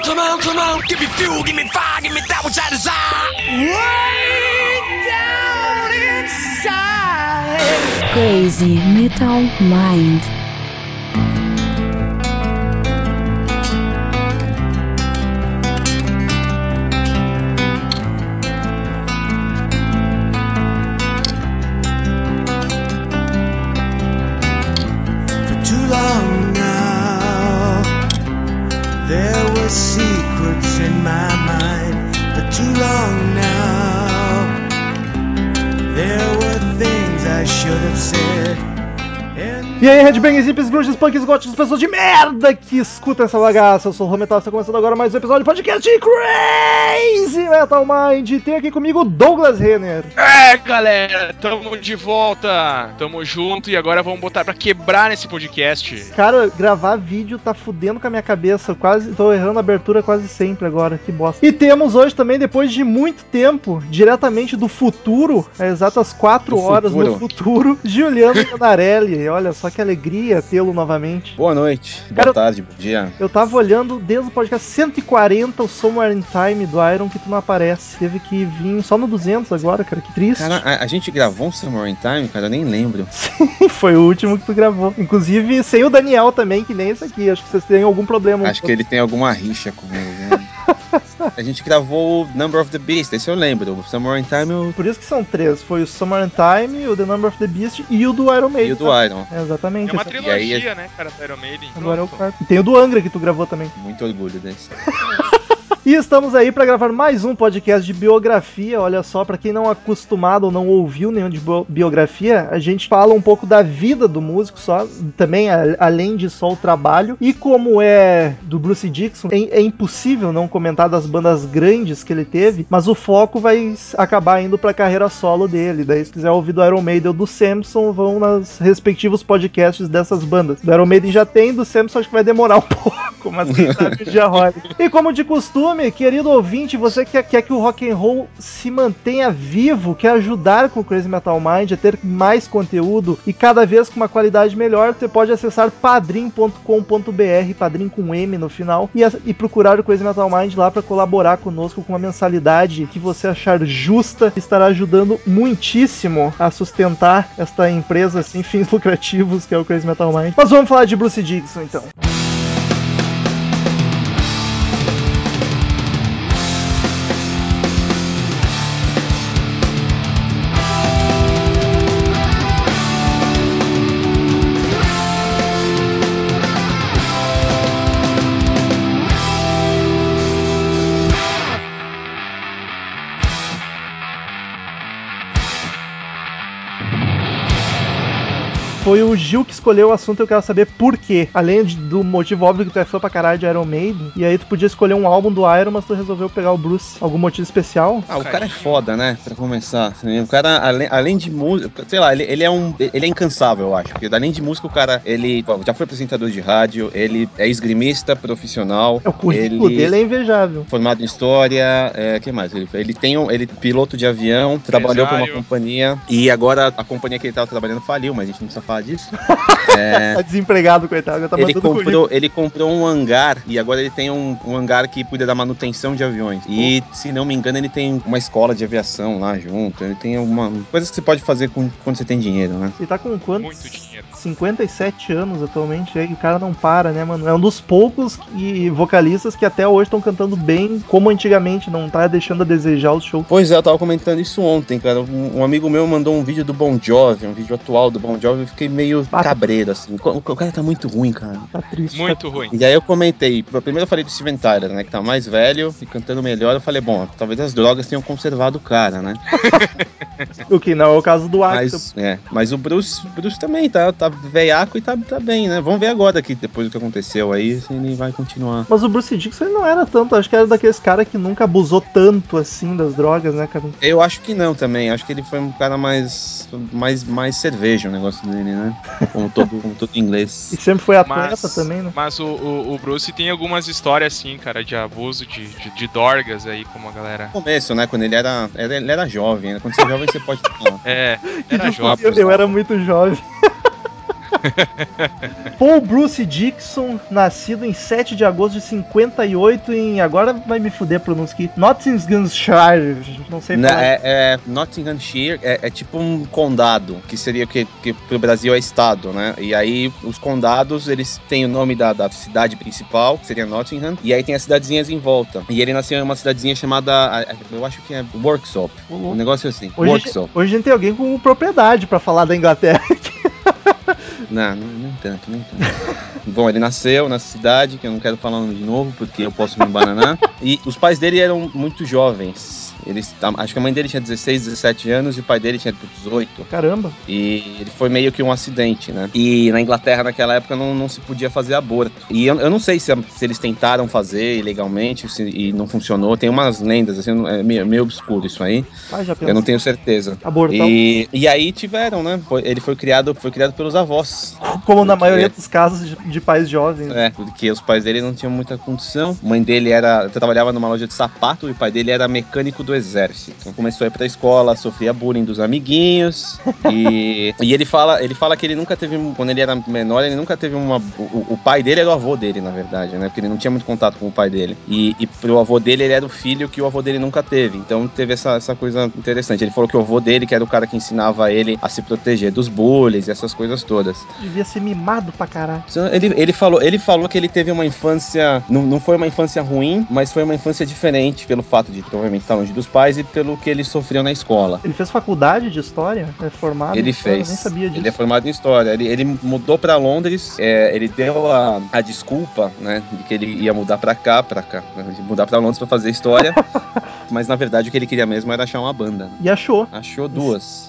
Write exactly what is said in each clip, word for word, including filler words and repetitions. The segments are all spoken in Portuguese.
come on, come on, give me fuel, give me fire, give me that which I desire. Way down inside. Crazy Metal Mind. Too long now, there were secrets in my mind. For too long now, there were things I should have said. E aí, Headbangers, hippies, grunges, punks, góticos, pessoas de merda que escutam essa bagaça. Eu sou o Rometal, está começando agora mais um episódio do podcast Crazy Metal Mind. E tem aqui comigo Douglas Renner. É, galera, tamo de volta, tamo junto e agora vamos botar pra quebrar nesse podcast. Cara, gravar vídeo tá fudendo com a minha cabeça, eu quase tô errando a abertura quase sempre agora, que bosta. E temos hoje também, depois de muito tempo, diretamente do futuro, a exatas quatro horas futuro. no futuro, Juliano Canarelli. Olha só que alegria tê-lo novamente. Boa noite, Cara, boa tarde, bom dia. Eu tava olhando desde o podcast cento e quarenta, o Somewhere in Time do Iron, que tu não aparece. Teve que vir só no duzentos agora, cara, que triste. Cara, a, a gente gravou um Somewhere in Time, cara, eu nem lembro. Sim, foi o último que tu gravou. Inclusive, sem o Daniel também, que nem esse aqui. Acho que vocês têm algum problema. Acho que ele tem alguma rixa comigo, né? A gente gravou o Number of the Beast, esse eu lembro. O Somewhere in Time eu... Por isso que são três. Foi o Somewhere in Time, o The Number of the Beast e o do Iron Maiden. E o do tá? Iron. É, exatamente. É uma esse... trilogia, aí, né, cara, do Iron Maiden. Agora é o quarto. E tem o do Angra que tu gravou também. Muito orgulho desse. E estamos aí para gravar mais um podcast de biografia. Olha só, para quem não é acostumado ou não ouviu nenhum de biografia, a gente fala um pouco da vida do músico só, também a, além de só o trabalho. E como é do Bruce Dickinson, é, é impossível não comentar das bandas grandes que ele teve, mas o foco vai acabar indo para a carreira solo dele. Daí, se quiser ouvir do Iron Maiden ou do Samson, vão nos respectivos podcasts dessas bandas. Do Iron Maiden já tem, do Samson acho que vai demorar um pouco, mas quem sabe já rola. E como de costume, querido ouvinte, você que quer, quer que o rock and roll se mantenha vivo, quer ajudar com o Crazy Metal Mind a ter mais conteúdo e cada vez com uma qualidade melhor, você pode acessar padrim ponto com ponto br, padrim com M no final, e, e procurar o Crazy Metal Mind lá para colaborar conosco com uma mensalidade que você achar justa, estará ajudando muitíssimo a sustentar esta empresa sem fins lucrativos que é o Crazy Metal Mind. Mas vamos falar de Bruce Dickinson então. Foi o Gil que escolheu o assunto e eu quero saber por quê. Além de, do motivo óbvio que tu é fã pra caralho de Iron Maiden, e aí tu podia escolher um álbum do Iron, mas tu resolveu pegar o Bruce. Algum motivo especial? Ah, o cara é foda, né? Pra começar. O cara, além, além de música, sei lá, ele, ele é um. Ele é incansável, eu acho. Porque além de música, o cara, ele bom, já foi apresentador de rádio, ele é esgrimista profissional. O currículo ele, dele é invejável. Formado em história, é, que mais? Ele, ele tem um. Ele piloto de avião, trabalhou pra uma companhia, e agora a companhia que ele tava trabalhando faliu, mas a gente não precisa falar disso. É, tá desempregado, coitado. Já tá ele, comprou, ele comprou um hangar e agora ele tem um, um hangar que cuida da manutenção de aviões. E, oh. se não me engano, ele tem uma escola de aviação lá junto. Ele tem alguma coisa que você pode fazer com, quando você tem dinheiro, né? Ele tá com quantos? Muito dinheiro. cinquenta e sete anos atualmente, aí o cara não para, né, mano? É um dos poucos que, vocalistas que até hoje estão cantando bem, como antigamente, não tá deixando a desejar os shows. Pois é, eu tava comentando isso ontem, cara. Um, um amigo meu mandou um vídeo do Bon Jovi, um vídeo atual do Bon Jovi, eu fiquei meio ah, cabreiro, assim. O, o cara tá muito ruim, cara. Tá triste. Muito tá... ruim. E aí eu comentei, primeiro eu falei do Steven Tyler, né, que tá mais velho e cantando melhor. Eu falei, bom, talvez as drogas tenham conservado o cara, né? O que não é o caso do Axl. Mas, é, mas o Bruce, Bruce também tá, tá veiaco e tá, tá bem, né? Vamos ver agora aqui, depois do que aconteceu aí, se ele vai continuar. Mas o Bruce Dickinson ele não era tanto, acho que era daqueles caras que nunca abusou tanto assim das drogas, né, cara? Eu acho que não também, acho que ele foi um cara mais mais, mais cerveja o negócio dele, né? Como todo, como todo inglês. E sempre foi atleta mas, também, né? Mas o, o, o Bruce tem algumas histórias assim, cara, de abuso de, de, de dorgas aí, como a galera... No começo, né, quando ele era, era, ele era jovem, né? Quando você é jovem você pode falar. É, era Desculpa, jovem. Eu, eu era muito jovem. Paul Bruce Dixon, nascido em sete de agosto de cinquenta e oito em... Agora vai me fuder a pronúncia aqui. Nottinghamshire. Não sei Na- falar. é, é Nottinghamshire é, é tipo um condado, que seria que, que pro Brasil é estado, né? E aí os condados, eles têm o nome da, da cidade principal, que seria Nottingham, e aí tem as cidadezinhas em volta. E ele nasceu em uma cidadezinha chamada, eu acho que é Worksop. Um negócio assim. Hoje, Worksop. hoje a gente tem alguém com propriedade pra falar da Inglaterra. Não, não, nem tanto, nem tanto. Bom, ele nasceu nessa cidade, que eu não quero falar o nome de novo, porque eu posso me embananar. E os pais dele eram muito jovens. Eles, acho que a mãe dele tinha dezesseis, dezessete anos e o pai dele tinha dezoito. Caramba. E ele foi meio que um acidente, né? E na Inglaterra, naquela época, não, não se podia fazer aborto. E eu, eu não sei se, se eles tentaram fazer ilegalmente se, e não funcionou. Tem umas lendas, assim, é meio, meio obscuro isso aí. Ah, já Eu não tenho certeza. Abortar. E, e aí tiveram, né? Foi, ele foi criado, foi criado pelos avós. Como porque, na maioria dos casos de, de pais jovens. É, porque os pais dele não tinham muita condição. A mãe dele era, trabalhava numa loja de sapato e o pai dele era mecânico do exército. Então começou a ir pra escola, sofria bullying dos amiguinhos. e, e ele fala, ele fala que ele nunca teve, quando ele era menor, ele nunca teve uma. O, o pai dele era o avô dele, na verdade, né? Porque ele não tinha muito contato com o pai dele. E, e pro avô dele, ele era o filho que o avô dele nunca teve. Então teve essa, essa coisa interessante. Ele falou que o avô dele, que era o cara que ensinava ele a se proteger dos bullies e essas coisas todas. Devia ser mimado pra caralho. Ele, ele, falou, ele falou que ele teve uma infância. Não, não foi uma infância ruim, mas foi uma infância diferente pelo fato de, obviamente, estar longe dos pais e pelo que ele sofreu na escola. Ele fez faculdade de história? É formado Ele em história? fez. Eu nem sabia disso. Ele é formado em história. Ele, ele mudou pra Londres. É, ele deu a, a desculpa, né, de que ele ia mudar pra cá, pra cá, né, de mudar pra Londres pra fazer história. Mas na verdade o que ele queria mesmo era achar uma banda. E achou. Achou duas.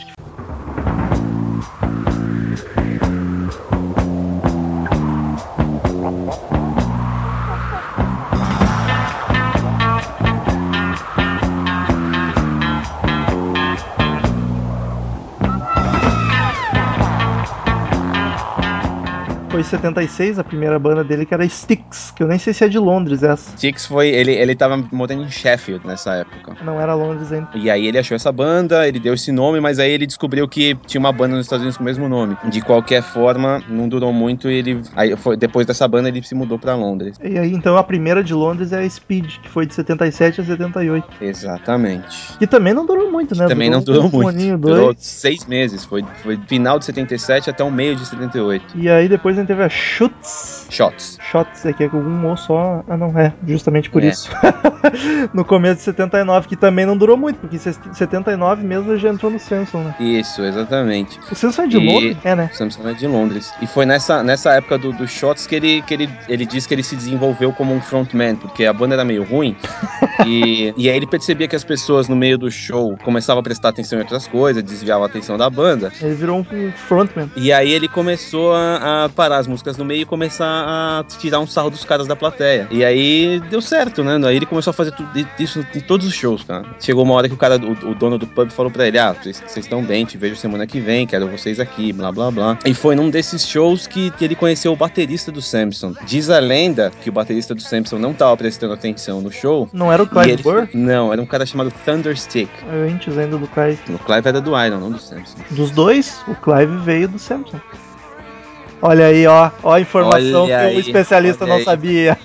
Foi em setenta e seis a primeira banda dele, que era Styx, que eu nem sei se é de Londres essa. Styx foi, ele, ele tava morando em Sheffield nessa época. Não era Londres ainda. E aí ele achou essa banda, ele deu esse nome, mas aí ele descobriu que tinha uma banda nos Estados Unidos com o mesmo nome. De qualquer forma, não durou muito e ele, aí foi, depois dessa banda ele se mudou pra Londres. E aí então a primeira de Londres é a Speed, que foi de setenta e sete a setenta e oito. Exatamente. Que também não durou muito, né? Também durou não durou um muito. aninho, Durou dois. seis meses. Foi, foi final de setenta e sete até o meio de setenta e oito. E aí depois a gente teve a Schutz. Shots. Shots, é que é com um ou só. Ah, não, é, justamente por É. isso. No começo de setenta e nove, que também não durou muito, porque em setenta e nove mesmo ele já entrou no Samson, né? Isso, exatamente. O Samson é de E- Londres? É, né? O Samson é de Londres. E foi nessa, nessa época do, do Shots que, ele, que ele, ele disse que ele se desenvolveu como um frontman, porque a banda era meio ruim. e, e aí ele percebia que as pessoas no meio do show começavam a prestar atenção em outras coisas, desviavam a atenção da banda. Ele virou um frontman. E aí ele começou a, a parar as músicas no meio e começar a tirar um sarro dos caras da plateia. E aí deu certo, né? Aí ele começou a fazer tudo isso em todos os shows, cara. Chegou uma hora que o cara, o, o dono do pub falou pra ele, ah, vocês estão bem, te vejo semana que vem, quero vocês aqui, blá blá blá. E foi num desses shows que, que ele conheceu o baterista do Samson. Diz a lenda que o baterista do Samson não tava prestando atenção no show. Não era o E Clive ele, Burr? não, era um cara chamado Thunderstick. Antes ainda do Clive. O Clive era do Iron, não do Samson. Dos dois, o Clive veio do Samson. Olha aí, ó. Ó a informação Olha que aí, o especialista olha não aí. sabia.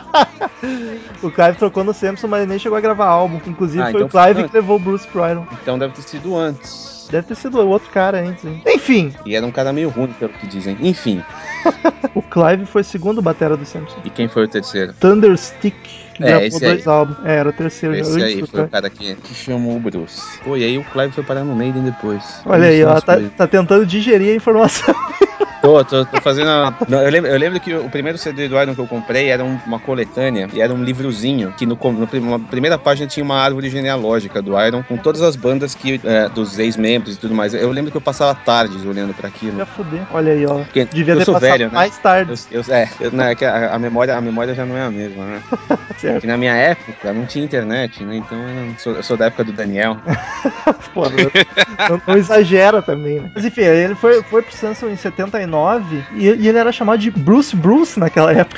O Clive trocou no Samson, mas ele nem chegou a gravar álbum. Inclusive Ah, foi então o Clive foi que levou o Bruce pro Iron. Então deve ter sido antes. Deve ter sido o outro cara antes, hein? Enfim, E era um cara meio ruim, pelo que dizem. Enfim. o Clive foi o segundo batera do Samson. E quem foi o terceiro? Thunderstick, que É, gravou esse dois aí. álbuns. É, era o terceiro. já Esse antes aí do foi o Clive. cara que, que chamou o Bruce. Pô, e aí o Clive foi parar no Maiden depois. Olha aí, Isso, ó. isso Tá, foi- tá tentando digerir a informação. Tô, tô, tô fazendo a... Não, eu, lembro, eu lembro que o primeiro C D do Iron que eu comprei era um- uma coletânea e era um livrozinho que no, com- no, prim- na primeira página tinha uma árvore genealógica do Iron com todas as bandas que, é, dos ex-membros e tudo mais. Eu lembro que eu passava tardes olhando pra aquilo. Já fudeu. Olha aí, ó. Porque Devia eu ter sou passado velho, né? mais tarde. Eu, eu- é, eu- não, é que a, a memória, a memória já não é a mesma, né? Certo. Porque na minha época não tinha internet, né? Então eu, não- sou, eu sou da época do Daniel. Pô, não, não- não exagera também, né? Mas enfim, ele foi, foi pro Samson em setenta e nove e, e ele era chamado de Bruce Bruce naquela época.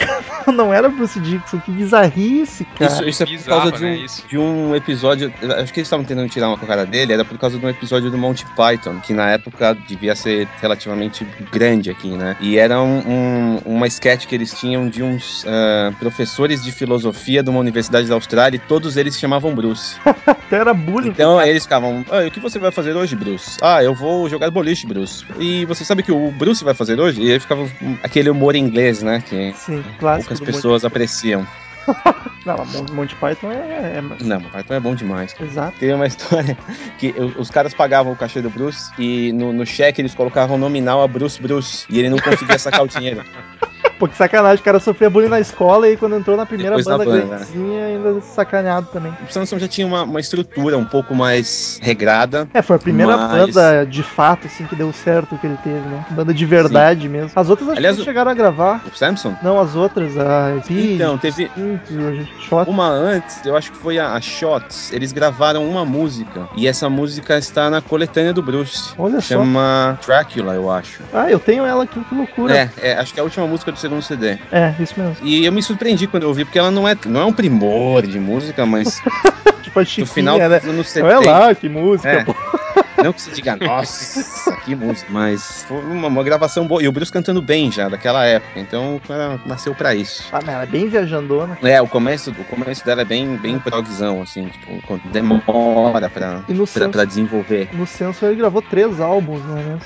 não era Bruce Dickinson, que bizarrice, cara. Isso, isso é por Bizarro, causa de um, né, isso. de um episódio. Acho que eles estavam tentando tirar uma com a cara dele, era por causa de um episódio do Monty Python, que na época devia ser relativamente grande aqui, né? E era um, um, uma sketch que eles tinham de uns uh, professores de filosofia de uma universidade da Austrália, e todos eles se chamavam Bruce. Até era bullying. Então aí eles ficavam, ah, o que você vai fazer hoje, Bruce? Ah, eu vou jogar boliche, Bruce. E você sabe o que o Bruce vai fazer hoje? E aí ficava um, aquele humor inglês, né? Que Sim, clássico poucas do pessoas Monty... apreciam. Não, Monty, Monty Python é... é... Não, o Python é bom demais. Exato. Tem uma história que os caras pagavam o cachê do Bruce e no, no cheque eles colocavam nominal a Bruce Bruce e ele não conseguia sacar o dinheiro. Pô, que sacanagem, o cara sofria bullying na escola e quando entrou na primeira Depois banda na banda, grandezinha ainda sacaneado também. O Samson já tinha uma, uma estrutura um pouco mais regrada. É, foi a primeira mas... banda de fato, assim, que deu certo que ele teve, né? Banda de verdade Sim. mesmo. As outras acho Aliás, que não chegaram a gravar. O Samson? Não, as outras, a Speed, Então, teve Shot. Uma antes, eu acho que foi a, a Shots. Eles gravaram uma música e essa música está na coletânea do Bruce. Olha Chama só. Dracula, eu acho. Ah, eu tenho ela aqui, que loucura. É, é, acho que é a última música do segundo C D. É, isso mesmo. E eu me surpreendi quando eu ouvi, porque ela não é, não é um primor de música, mas tipo a Chiquinha, no final né? dos anos setenta. Olha lá, que música, é. pô. Não que se diga, nossa, que música, mas foi uma, uma gravação boa. E o Bruce cantando bem já, daquela época. Então, o cara nasceu pra isso. Ah, mas ela é bem viajandona. É, o começo, o começo dela é bem, bem progzão, assim, tipo, demora pra, pra, senso, pra desenvolver. No Samson ele gravou três álbuns, não é mesmo?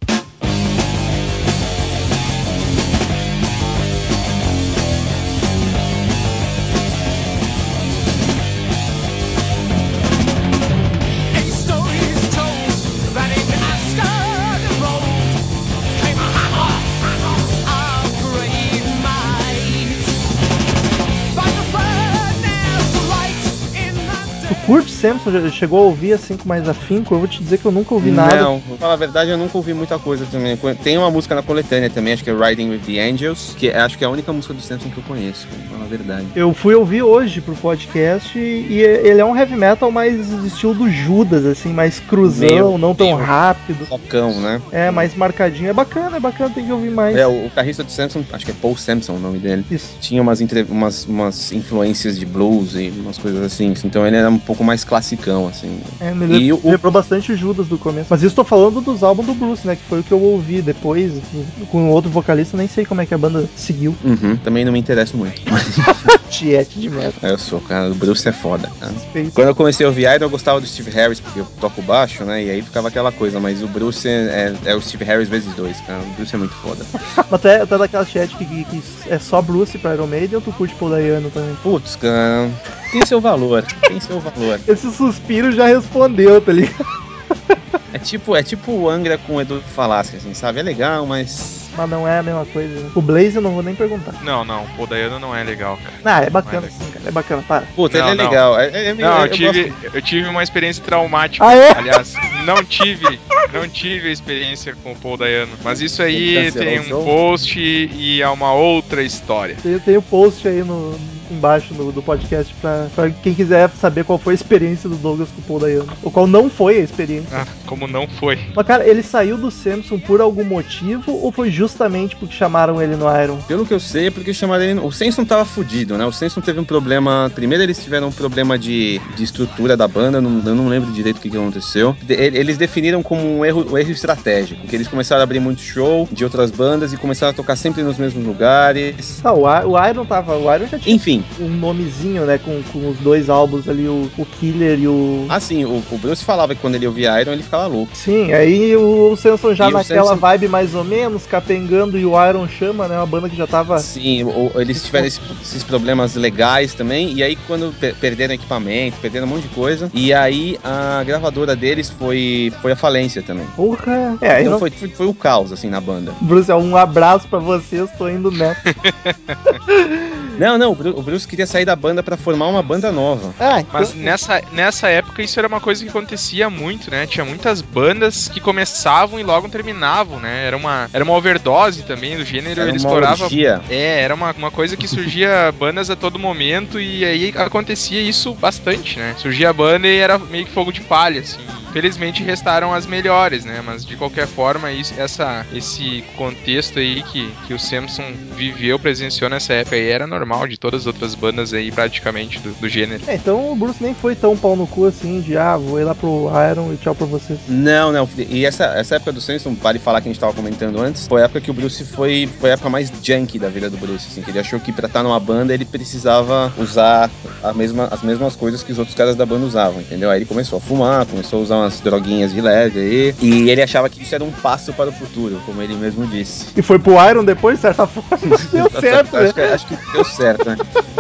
Curte Samson, já chegou a ouvir assim com mais afinco? Eu vou te dizer que eu nunca ouvi nada. Não, pra falar a verdade, eu nunca ouvi muita coisa também. Tem uma música na coletânea também, acho que é Riding with the Angels, que acho que é a única música do Samson que eu conheço, pra falar a verdade. Eu fui ouvir hoje pro podcast e ele é um heavy metal mais estilo do Judas, assim, mais cruzão, meio, não tão rápido. Rockão, né? É, mais marcadinho. É bacana, é bacana, tem que ouvir mais. É, o, o carrista do Samson, acho que é Paul Samson o nome dele. Isso. Tinha umas, entre, umas, umas influências de blues e umas coisas assim, então ele era um pouco mais classicão, assim. É, me e lembrou, o... lembrou bastante Judas do começo. Mas isso tô falando dos álbuns do Bruce, né? Que foi o que eu ouvi depois, com outro vocalista, nem sei como é que a banda seguiu. Uhum, também não me interesso muito. Tiete de merda. É, eu sou, cara, o Bruce é foda, cara. Quando eu comecei a ouvir Iron, eu gostava do Steve Harris, porque eu toco baixo, né? E aí ficava aquela coisa, mas o Bruce é, é, é o Steve Harris vezes dois, cara. O Bruce é muito foda. Mas tu é, tu é daquela chat que, que, que é só Bruce pra Iron Maiden ou tu curte Paul Dayano também? Putz, cara, tem seu valor, tem seu valor. Esse suspiro já respondeu, tá ligado? É tipo, é tipo o Angra com o Edu Falaschi, assim, sabe? É legal, mas... Mas não é a mesma coisa. Né? O Blaze eu não vou nem perguntar. Não, não, o Dayano não é legal, cara. Ah, é bacana é sim, cara. É bacana, para. Puta, não, ele é não. legal. É, é meio, não, eu, eu, tive, gosto... eu tive uma experiência traumática. Ah, é? Aliás, não tive, não tive a experiência com o Paul Dayano. Mas isso aí tem um post e é uma outra história. Tem, tem o post aí no, embaixo no, do podcast pra, pra quem quiser saber qual foi a experiência do Douglas com o Paul Dayano. Ou qual não foi a experiência. Ah, como não foi. Mas, cara, ele saiu do Samson por algum motivo ou foi justamente porque chamaram ele no Iron? Pelo que eu sei, é porque chamaram ele... O Samson tava fudido, né? O Samson teve um problema... Primeiro eles tiveram um problema de, de estrutura da banda, não, eu não lembro direito o que, que aconteceu. De, eles definiram como um erro, um erro estratégico, que eles começaram a abrir muito show de outras bandas e começaram a tocar sempre nos mesmos lugares. Ah, o, o Iron tava... O Iron já tinha Enfim. um nomezinho, né? Com, com os dois álbuns ali, o, o Killer e o... Ah, sim. O, o Bruce falava que quando ele ouvia Iron, ele ficava louco. Sim, aí o, o Samson já e naquela Samson... vibe mais ou menos, capengando, e o Iron chama, né? Uma banda que já tava... Sim, o, eles tiveram esse, esses problemas legais também, e aí quando per perderam equipamento, perderam um monte de coisa, e aí a gravadora deles foi, foi a falência também. Porra! É, então não... foi, foi, foi o caos, assim, na banda. Bruce, um abraço pra vocês, tô indo nessa. Não, não, o Bruce queria sair da banda pra formar uma banda nova. Ah, então... Mas nessa, nessa época isso era uma coisa que acontecia muito, né? Tinha muitas bandas que começavam e logo terminavam, né? Era uma, era uma overdose também do gênero, era ele uma explorava... Orgia. É, era uma, uma coisa que surgia bandas a todo momento e aí acontecia isso bastante, né? Surgia a banda e era meio que fogo de palha, assim... felizmente restaram as melhores, né? Mas de qualquer forma, isso, essa, esse contexto aí que, que o Samson viveu, presenciou nessa época aí, era normal de todas as outras bandas aí, praticamente, do, do gênero. É, então o Bruce nem foi tão pau no cu assim, de ah, vou ir lá pro Iron e tchau pra vocês. Não, não. E essa, essa época do Samson, vale falar que a gente tava comentando antes, foi a época que o Bruce foi, foi a época mais junkie da vida do Bruce, assim, que ele achou que pra estar numa banda ele precisava usar a mesma, as mesmas coisas que os outros caras da banda usavam, entendeu? Aí ele começou a fumar, começou a usar umas droguinhas de leve aí, e ele achava que isso era um passo para o futuro, como ele mesmo disse. E foi pro Iron depois, de certa forma, deu certo, né? acho, que, acho que deu certo, né?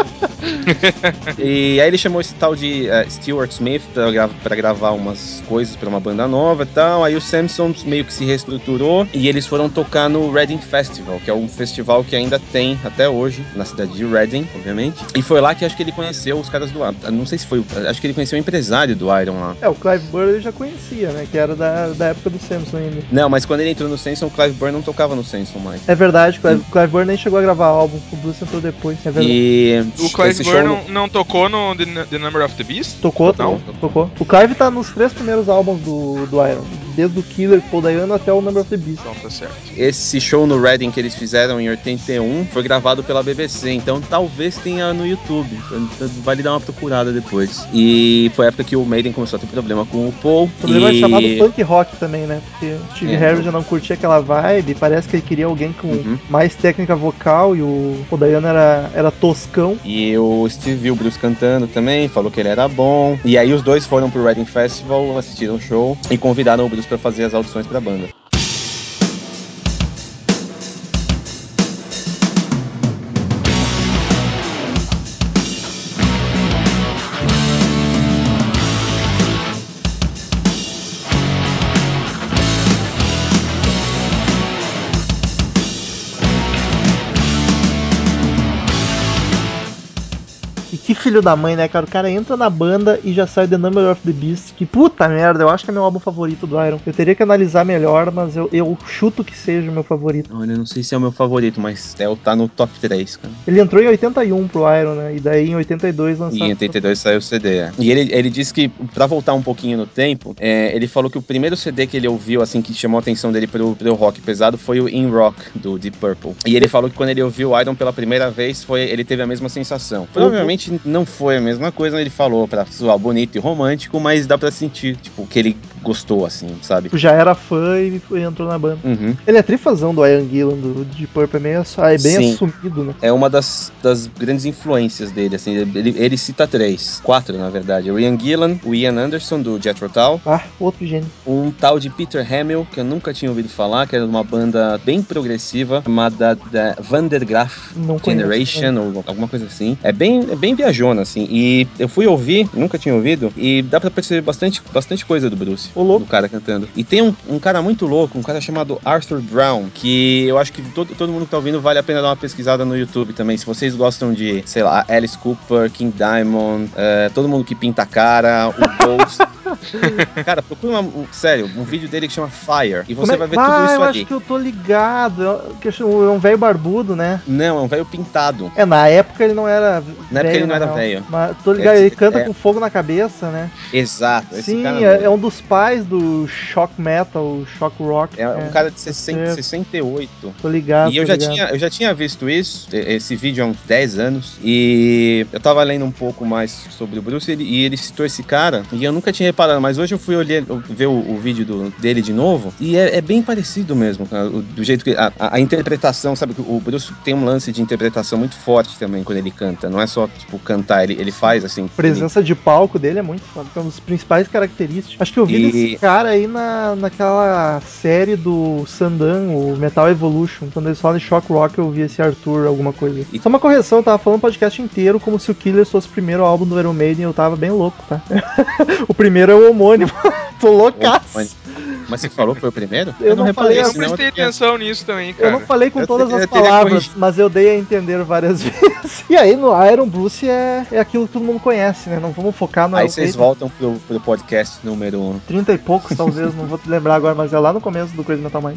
E aí ele chamou esse tal de uh, Stuart Smith pra, gra pra gravar umas coisas pra uma banda nova e tal. Aí o Samson meio que se reestruturou e eles foram tocar no Reading Festival, que é um festival que ainda tem até hoje, na cidade de Reading, obviamente. E foi lá que acho que ele conheceu os caras do... Não sei se foi... Acho que ele conheceu o empresário do Iron lá. É, o Clive Burr ele já conhecia, né? Que era da, da época do Samson ainda. Não, mas quando ele entrou no Samson, o Clive Burr não tocava no Samson mais. É verdade, o Clive, Clive Burr nem chegou a gravar álbum, o Bruce entrou depois, é verdade. E... O Clive Burr não, no... não tocou no The, The Number of the Beast? Tocou, não? Tocou. O Clive tá nos três primeiros álbuns do, do Iron, desde o Killer, Paul Dayano até o Number of the Beast. Então tá certo. Esse show no Reading que eles fizeram em oitenta e um foi gravado pela B B C, então talvez tenha no YouTube. Vale dar uma procurada depois. E foi a época que o Maiden começou a ter problema com o Paul. O problema e... é chamado punk rock também, né? Porque o Steve É, Harris então. já não curtia aquela vibe, parece que ele queria alguém com Uhum. mais técnica vocal e o Paul Dayano era, era toscão. E o Steve viu o Bruce cantando também, falou que ele era bom. E aí os dois foram pro Reading Festival, assistiram o show e convidaram o Bruce pra fazer as audições pra banda. Que filho da mãe, né, cara? O cara entra na banda e já sai The Number of the Beast. Que puta merda, eu acho que é meu álbum favorito do Iron. Eu teria que analisar melhor, mas eu, eu chuto que seja o meu favorito. Olha, eu não sei se é o meu favorito, mas é, tá no top três, cara. Ele entrou em oitenta e um pro Iron, né? E daí em oitenta e dois lançaram. E em oitenta e dois saiu o C D, é. E ele, ele disse que, pra voltar um pouquinho no tempo, é, ele falou que o primeiro C D que ele ouviu, assim, que chamou a atenção dele pro, pro rock pesado foi o In Rock, do Deep Purple. E ele falou que quando ele ouviu o Iron pela primeira vez, foi, ele teve a mesma sensação. Provavelmente não foi a mesma coisa, ele falou pra soar bonito e romântico, mas dá pra sentir, tipo, que ele gostou, assim, sabe? Já era fã e foi, entrou na banda. Uhum. Ele é trifazão do Ian Gillan, do Deep Purple, é, meio, é bem Sim. assumido, né? É uma das, das grandes influências dele, assim, ele, ele cita três, quatro, na verdade. O Ian Gillan, o Ian Anderson, do Jethro Tull. Ah, outro gênio. Um tal de Peter Hamill, que eu nunca tinha ouvido falar, que era de uma banda bem progressiva, chamada da Vandergraaf Não Generation, conheço, ou alguma coisa assim. É bem, é bem viajona, assim, e eu fui ouvir, nunca tinha ouvido, e dá pra perceber bastante, bastante coisa do Bruce, O louco. do cara cantando. E tem um, um cara muito louco, um cara chamado Arthur Brown, que eu acho que todo, todo mundo que tá ouvindo vale a pena dar uma pesquisada no YouTube também. Se vocês gostam de, sei lá, Alice Cooper, King Diamond, uh, todo mundo que pinta a cara, o Ghost. Cara, procura uma, um, sério, um vídeo dele que chama Fire, e você é? vai ver ah, tudo isso eu ali. acho que eu tô ligado. É um velho barbudo, né? Não, é um velho pintado. É, na época ele não era Na época ele não era velho. Mas tô ligado, É, ele canta é. com fogo na cabeça, né? Exato, esse Sim, cara é, mesmo. é um dos pais do shock metal, shock rock. É um é, cara de tá sessenta, certo. sessenta e oito. Tô ligado, E eu tô já, ligado. tinha, eu já tinha visto isso, esse vídeo há uns dez anos, e eu tava lendo um pouco mais sobre o Bruce, e ele, e ele citou esse cara, e eu nunca tinha reparado, mas hoje eu fui olhar, ver o, o vídeo do, dele de novo, e é, é bem parecido mesmo, cara, o, do jeito que... A, a, a interpretação, sabe, o Bruce tem um lance de interpretação muito forte também quando ele canta, não é só, tipo, cantar, ele, ele faz, assim... A presença ele... de palco dele é muito foda, é uma das principais características. Acho que eu vi E- desse cara aí na, naquela série do Sandan, o Metal Evolution, quando eles falam de shock rock, eu vi esse Arthur, alguma coisa. E- Só uma correção, eu tava falando o podcast inteiro como se o Killers fosse o primeiro álbum do Iron Maiden, eu tava bem louco, tá? O primeiro é o homônimo. Tô loucaço. Mas você falou que foi o primeiro? Eu não falei Eu não assim, senão prestei tinha- atenção nisso também, Eu cara. não falei com Eu todas te- eu as teria palavras, corrigido. mas eu dei a entender várias vezes. E aí no Iron Bruce é, é aquilo que todo mundo conhece, né? Não vamos focar no Aí Iron vocês Maiden. voltam pro, pro podcast número... trinta e poucos, talvez, não vou te lembrar agora, mas é lá no começo do Crazy Metal Mind.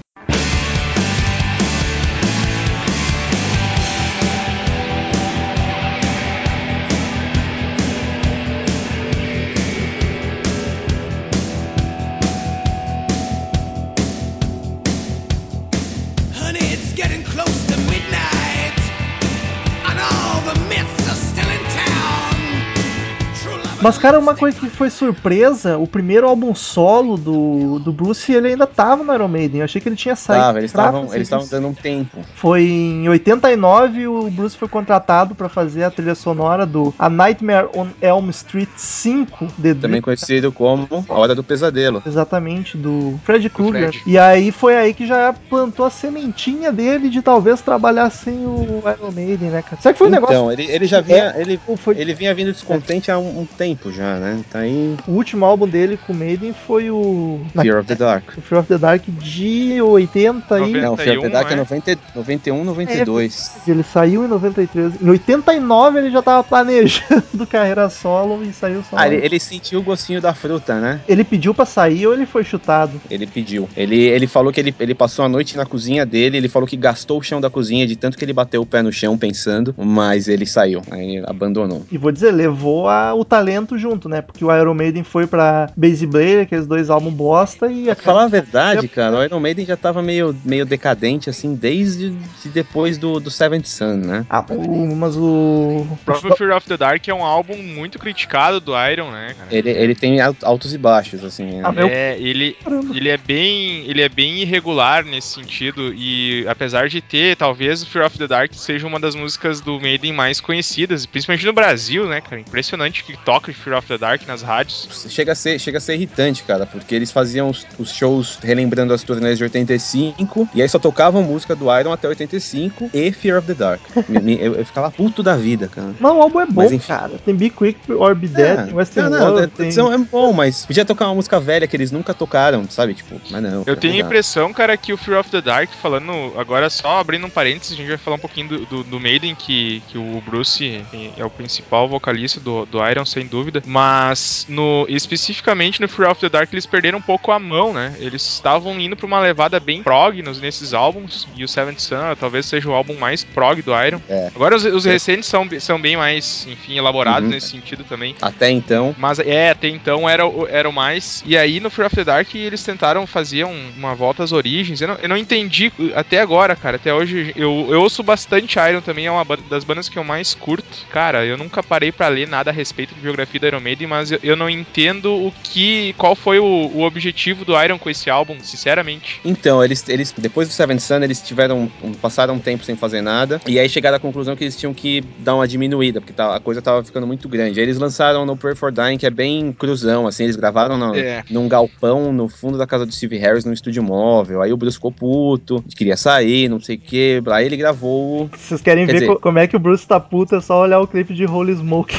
Mas, cara, uma coisa que foi surpresa, o primeiro álbum solo do, do Bruce, ele ainda tava no Iron Maiden. Eu achei que ele tinha saído. Tava, eles pra estavam fazer eles estavam isso. dando um tempo. Foi em oitenta e nove, o Bruce foi contratado pra fazer a trilha sonora do A Nightmare on Elm Street cinco, The Também Dream, conhecido como A Hora do Pesadelo. exatamente, do Fred Krueger. Fred. E aí foi aí que já plantou a sementinha dele de talvez trabalhar sem o Iron Maiden, né, cara? Será que foi um negócio... Então, ele, ele já vinha, É, ele, ou foi- ele vinha vindo descontente há um, um tempo já, né? Tá aí, O último álbum dele com o Maiden foi o... Fear of the Dark. o Fear of the Dark de oitenta e... noventa. Não, Fear of the Dark é é? noventa, noventa e um, noventa e dois. Ele saiu em noventa e três. Em oitenta e nove ele já tava planejando carreira solo e saiu só. Ah, ele, ele sentiu o gostinho da fruta, né? Ele pediu pra sair ou ele foi chutado? Ele pediu. Ele, ele falou que ele, ele passou a noite na cozinha dele, ele falou que gastou o chão da cozinha de tanto que ele bateu o pé no chão pensando, mas ele saiu, aí abandonou. E vou dizer, levou a, o talento junto, né? Porque o Iron Maiden foi pra Base Blair, aqueles dois álbuns bosta, e Pra falar a verdade, cara, o Iron Maiden já tava meio, meio decadente, assim, desde de depois do, do Seventh Son, né? Ah, o, mas o... O próprio Fear of the Dark é um álbum muito criticado do Iron, né, cara? Ele, ele tem altos e baixos, assim. Né? Ah, meu... É, ele, ele é bem, ele é bem irregular nesse sentido e apesar de ter, talvez o Fear of the Dark seja uma das músicas do Maiden mais conhecidas, principalmente no Brasil, né, cara? Impressionante que toca Fear of the Dark nas rádios. Chega a ser, chega a ser irritante, cara, porque eles faziam os, os shows relembrando as turnês de oitenta e cinco e aí só tocavam música do Iron até oitenta e cinco e Fear of the Dark. me, me, eu, eu ficava puto da vida, cara. Não, o álbum é bom, Mas, enfim. cara. Tem Be Quick or Be Dead, É, tem Western não, não, World, a tem... edição é bom, mas podia tocar uma música velha que eles nunca tocaram, sabe? Tipo, mas não. Eu tenho a não dá. impressão, cara, que o Fear of the Dark, falando agora só abrindo um parênteses, a gente vai falar um pouquinho do, do, do Maiden, que, que o Bruce é o principal vocalista do, do Iron, sem dúvida, mas no, especificamente no Fear of the Dark eles perderam um pouco a mão, né? Eles estavam indo pra uma levada bem prog nos, nesses álbuns, e o Seventh Son talvez seja o álbum mais prog do Iron. É. Agora os, os É. recentes são, são bem mais, enfim, elaborados Uhum. nesse sentido também. Até então. Mas é, até então era, o- era o mais. E aí no Fear of the Dark eles tentaram fazer um- uma volta às origens. Eu não, eu não entendi até agora, cara. Até hoje eu, eu ouço bastante Iron também, é uma ba- das bandas que eu mais curto. Cara, eu nunca parei pra ler nada a respeito da biografia da Iron Maiden, mas eu, eu não entendo o que. Qual foi o, o objetivo do Iron com esse álbum, sinceramente. Então, eles, eles depois do Seventh Son, eles tiveram. Um, passaram um tempo sem fazer nada. E aí chegaram à conclusão que eles tinham que dar uma diminuída, porque tá, a coisa tava ficando muito grande. Aí eles lançaram No Prayer for Dying, que é bem cruzão, assim, eles gravaram no, É. num galpão no fundo da casa do Steve Harris, num estúdio móvel. Aí o Bruce ficou puto, queria sair, não sei o que. Aí ele gravou. Se vocês querem Quer ver dizer- co- como é que o Bruce tá puto, é só olhar o clipe de Holy Smoke.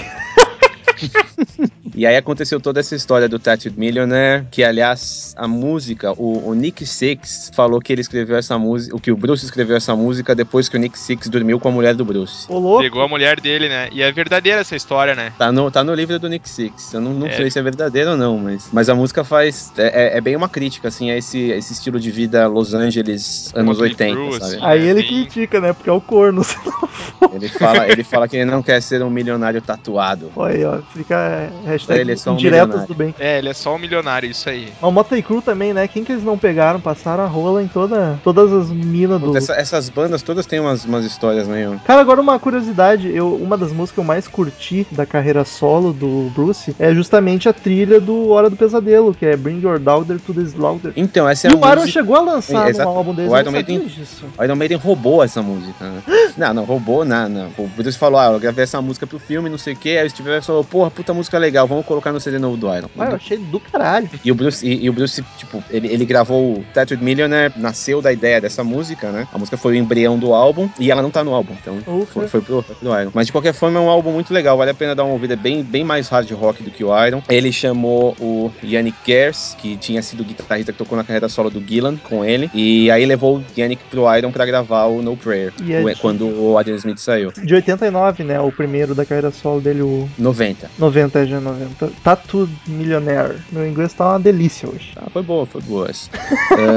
E aí aconteceu toda essa história do Tattooed Millionaire, que aliás, a música, o, o Nick Six falou que ele escreveu essa música, o que o Bruce escreveu essa música depois que o Nick Six dormiu com a mulher do Bruce. Ô, louco. Pegou a mulher dele, né? E é verdadeira essa história, né? Tá no, tá no livro do Nick Six. Eu não, não É. sei se é verdadeiro ou não, mas, mas a música faz. É, é- é bem uma crítica, assim, a esse, esse estilo de vida Los Angeles anos Motley oitenta, Crue, sabe? assim. Aí É, ele bem- critica, né? Porque é o corno. se não for. Ele fala, ele fala que ele não quer ser um milionário tatuado. Olha aí, ó. Fica é, hashtag Ele é só um indiretas milionário. do bem. É, ele é só um milionário, isso aí. Mas o Motley Crue também, né? Quem que eles não pegaram? Passaram a rola em toda, todas as minas do... Puta, essa- essas bandas todas têm umas, umas histórias meio. Cara, agora uma curiosidade, eu, uma das músicas que eu mais curti da carreira solo do Bruce é justamente a trilha do Hora do Pesadelo, que é Bring Your Daughter to the Slaughter. Então, essa é E a o Iron música. chegou a lançar É, exato. no álbum deles, O eu Iron não sabia Maiden- disso. O Iron Maiden roubou essa música, né? Não, não, roubou, não, não. O Bruce falou, ah, eu gravei essa música pro filme, não sei o que, aí o Steve Harris falou, porra, puta música legal, vamos colocar no C D novo do Iron. Ah, eu achei do caralho. E o Bruce, e, e o Bruce tipo, ele, ele gravou o Tattooed Millionaire, nasceu da ideia dessa música, né? A música foi o embrião do álbum, e ela não tá no álbum, então Ok. foi, foi, pro, foi pro Iron. Mas de qualquer forma é um álbum muito legal, vale a pena dar uma ouvida, é bem, bem mais hard rock do que o Iron. Ele chamou o Yannick Gers, que tinha sido o guitarrista que tocou na carreira solo do Gillan, com ele, e aí levou o Yannick pro Iron pra gravar o No Prayer, E é o- de- quando o Adrian Smith saiu. De oitenta e nove, né? O primeiro da carreira solo dele, o noventa. noventa, já noventa. Tattoo Millionaire. Meu inglês tá uma delícia hoje. Ah, foi boa, foi boa essa. É,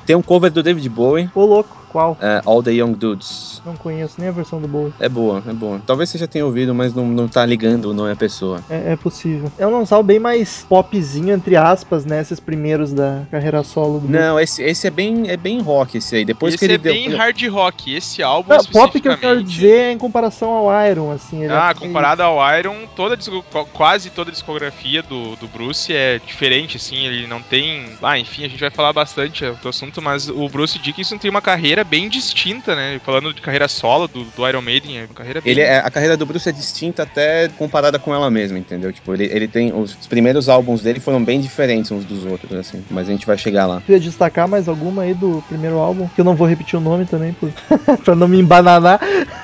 Tem um cover do David Bowie, Ô, louco, qual? é, All the Young Dudes. Não conheço nem a versão do Bowie. É boa, é boa. Talvez você já tenha ouvido, mas não, não tá ligando, não é a pessoa. É, é possível. É um lançal bem mais popzinho, entre aspas, né? Esses primeiros da carreira solo do Não, esse, esse é, bem, é bem rock, esse aí. Depois Esse que ele é bem deu... hard rock. Esse álbum Não, pop que eu quero especificamente... dizer é em comparação ao Iron, assim. Ele Ah, é comparado ao Iron, toda a disco- quase toda a discografia do, do Bruce é diferente, assim, ele não tem... Ah, enfim, a gente vai falar bastante do assunto, mas o Bruce Dickinson tem uma carreira bem distinta, né? Falando de carreira solo do, do Iron Maiden, é uma carreira bem... Ele é, a carreira do Bruce é distinta até comparada com ela mesma, entendeu? Tipo, ele, ele tem... Os, os primeiros álbuns dele foram bem diferentes uns dos outros, assim. Mas a gente vai chegar lá. Queria destacar mais alguma aí do primeiro álbum, que eu não vou repetir o nome também, por... pra não me embananar.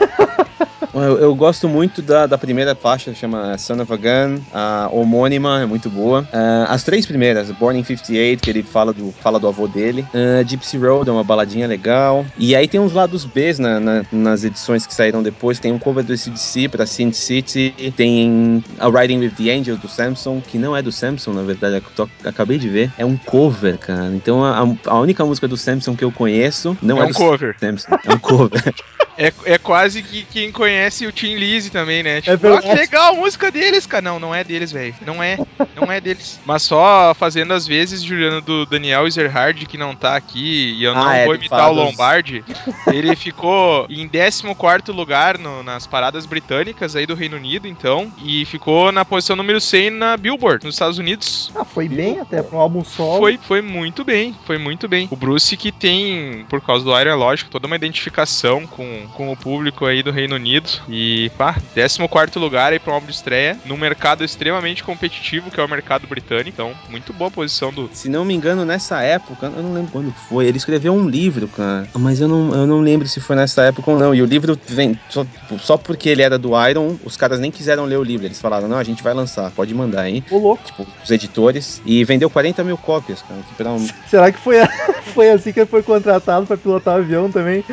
Eu, eu gosto muito da, da primeira faixa, chama Son of a Gun, a homônima, é muito boa. Uh, as três primeiras, Born in cinquenta e oito, que ele fala do, fala do avô dele. Uh, Gypsy Road, é uma baladinha legal. E aí tem uns lados Bs na, na, nas edições que saíram depois. Tem um cover do A C D C pra Sin City. Tem a Riding with the Angels, do Samson, que não é do Samson, na verdade, eu tô, acabei de ver. É um cover, cara. Então a, a única música do Samson que eu conheço não é, É um do cover. Samson, é um cover. É, é quase que quem conhece o Tim Lizzy também, né? Tipo, verdade. ah, que legal a música deles, cara. Não, não é deles, velho. Não é. Não é deles. Mas só fazendo as vezes, Juliano, do Daniel Ezerhard, que não tá aqui, e eu Ah, não é, vou ele imitar fala o dos- Lombardi. Ele ficou em décimo quarto lugar no- nas paradas britânicas aí do Reino Unido, então. E ficou na posição número cem na Billboard, nos Estados Unidos. Ah, foi bem até pra um álbum solo. Foi, foi muito bem, foi muito bem. O Bruce que tem, por causa do Iron, é lógico, toda uma identificação com, com o público aí do Reino Unido. E, pá, décimo quarto lugar aí pra um álbum de estreia, num mercado extremamente competitivo, que é o mercado britânico. Então, muito boa posição do... Se não me engano, nessa época, eu não lembro quando foi, ele escreveu um livro, cara. Mas eu não, eu não lembro se foi nessa época ou não. E o livro vem, só, só porque ele era do Iron, os caras nem quiseram ler o livro. Eles falaram, não, a gente vai lançar, pode mandar, hein? Ô, louco. Tipo, os editores. E vendeu quarenta mil cópias, cara. Que pra um... Será que foi, a- foi assim que ele foi contratado pra pilotar o avião também?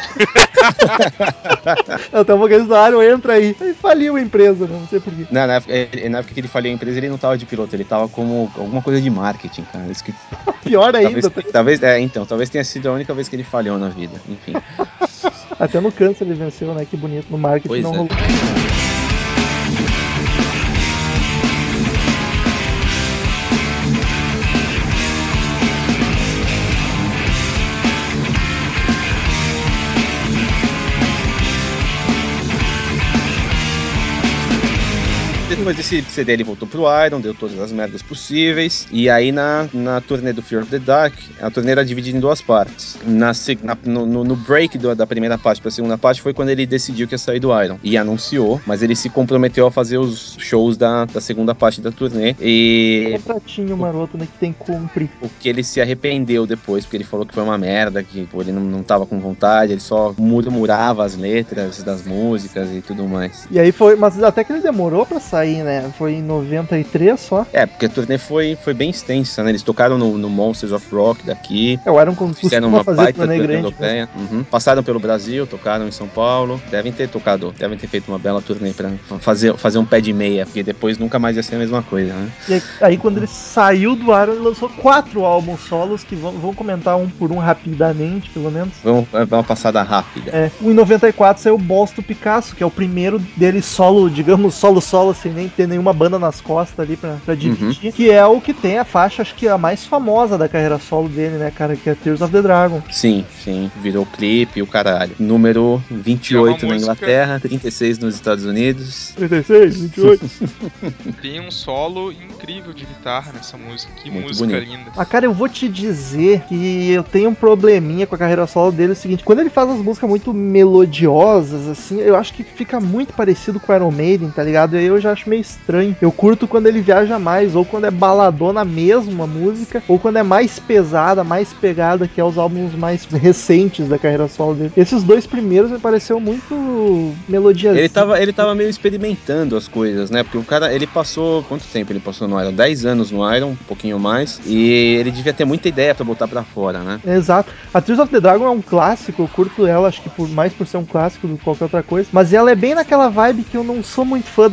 Até uma vez do Iron entra aí. Aí faliu a empresa, né? Não sei porquê. Não, na época, ele- na época que ele faliu a empresa, ele não tava de piloto, ele tava como alguma coisa de marketing, cara. Isso que, Pior ainda. talvez, tá? talvez, é, então, talvez tenha sido a única vez que ele falhou na vida. Enfim. Até no câncer ele venceu, né? Que bonito. No marketing Pois não é. rolou. Depois desse C D ele voltou pro Iron, deu todas as merdas possíveis. E aí na, na turnê do Fear of the Dark, a turnê era dividida em duas partes. Na, se- na- no, no- no break do- da primeira parte pra segunda parte foi quando ele decidiu que ia sair do Iron. E anunciou, mas ele se comprometeu a fazer os shows da, da segunda parte da turnê. E Contratinho maroto, né? Que tem que cumprir. o que ele se arrependeu depois, porque ele falou que foi uma merda, que pô, ele não, não tava com vontade, ele só murmurava as letras das músicas e tudo mais. E aí foi, mas até que ele demorou pra sair, né? Foi em noventa e três só. É, porque a turnê foi, foi bem extensa, né? Eles tocaram no, no Monsters of Rock daqui, É, o Iron fizeram costuma uma fazer baita turnê turnê grande. Né? europeia. Uhum. Passaram pelo Brasil, tocaram em São Paulo. Devem ter tocado, devem ter feito uma bela turnê pra fazer, fazer um pé de meia, porque depois nunca mais ia ser a mesma coisa, né? E aí, aí quando ele saiu do Iron, ele lançou quatro álbuns solos, que vão, vão comentar um por um rapidamente, pelo menos. Vamos dar uma passada rápida. É, o em noventa e quatro saiu o Bosto Picasso, que é o primeiro dele solo, digamos, solo-solo, sem nem ter nenhuma banda nas costas ali pra, pra dividir, que é o que tem a faixa, acho que a mais famosa da carreira solo dele, né, cara, que é Tears of the Dragon. Sim, sim, virou clipe, o caralho. Número vinte e oito É uma na música- Inglaterra, trinta e seis nos Estados Unidos. trinta e seis, vinte e oito. Tem um solo incrível de guitarra nessa música. Que Muito música bonito. linda. Ah, cara, eu vou te dizer que eu tenho um probleminha com a carreira solo dele, é o seguinte, quando ele faz as músicas muito melodiosas, assim, eu acho que fica muito parecido com o Iron Maiden, tá ligado? E aí eu já acho meio estranho. Eu curto quando ele viaja mais, ou quando é baladona mesmo a música, ou quando é mais pesada, mais pegada, que é os álbuns mais recentes da carreira solo dele. Esses dois primeiros me pareceu muito melodiazinho. Ele tava, ele tava meio experimentando as coisas, né? Porque o cara, ele passou... Quanto tempo ele passou no Iron? dez anos no Iron, um pouquinho mais. E ele devia ter muita ideia pra botar pra fora, né? Exato. A Tears of the Dragon é um clássico, eu curto ela, acho que por mais por ser um clássico do que qualquer outra coisa, mas ela é bem naquela vibe que eu não sou muito fã das músicas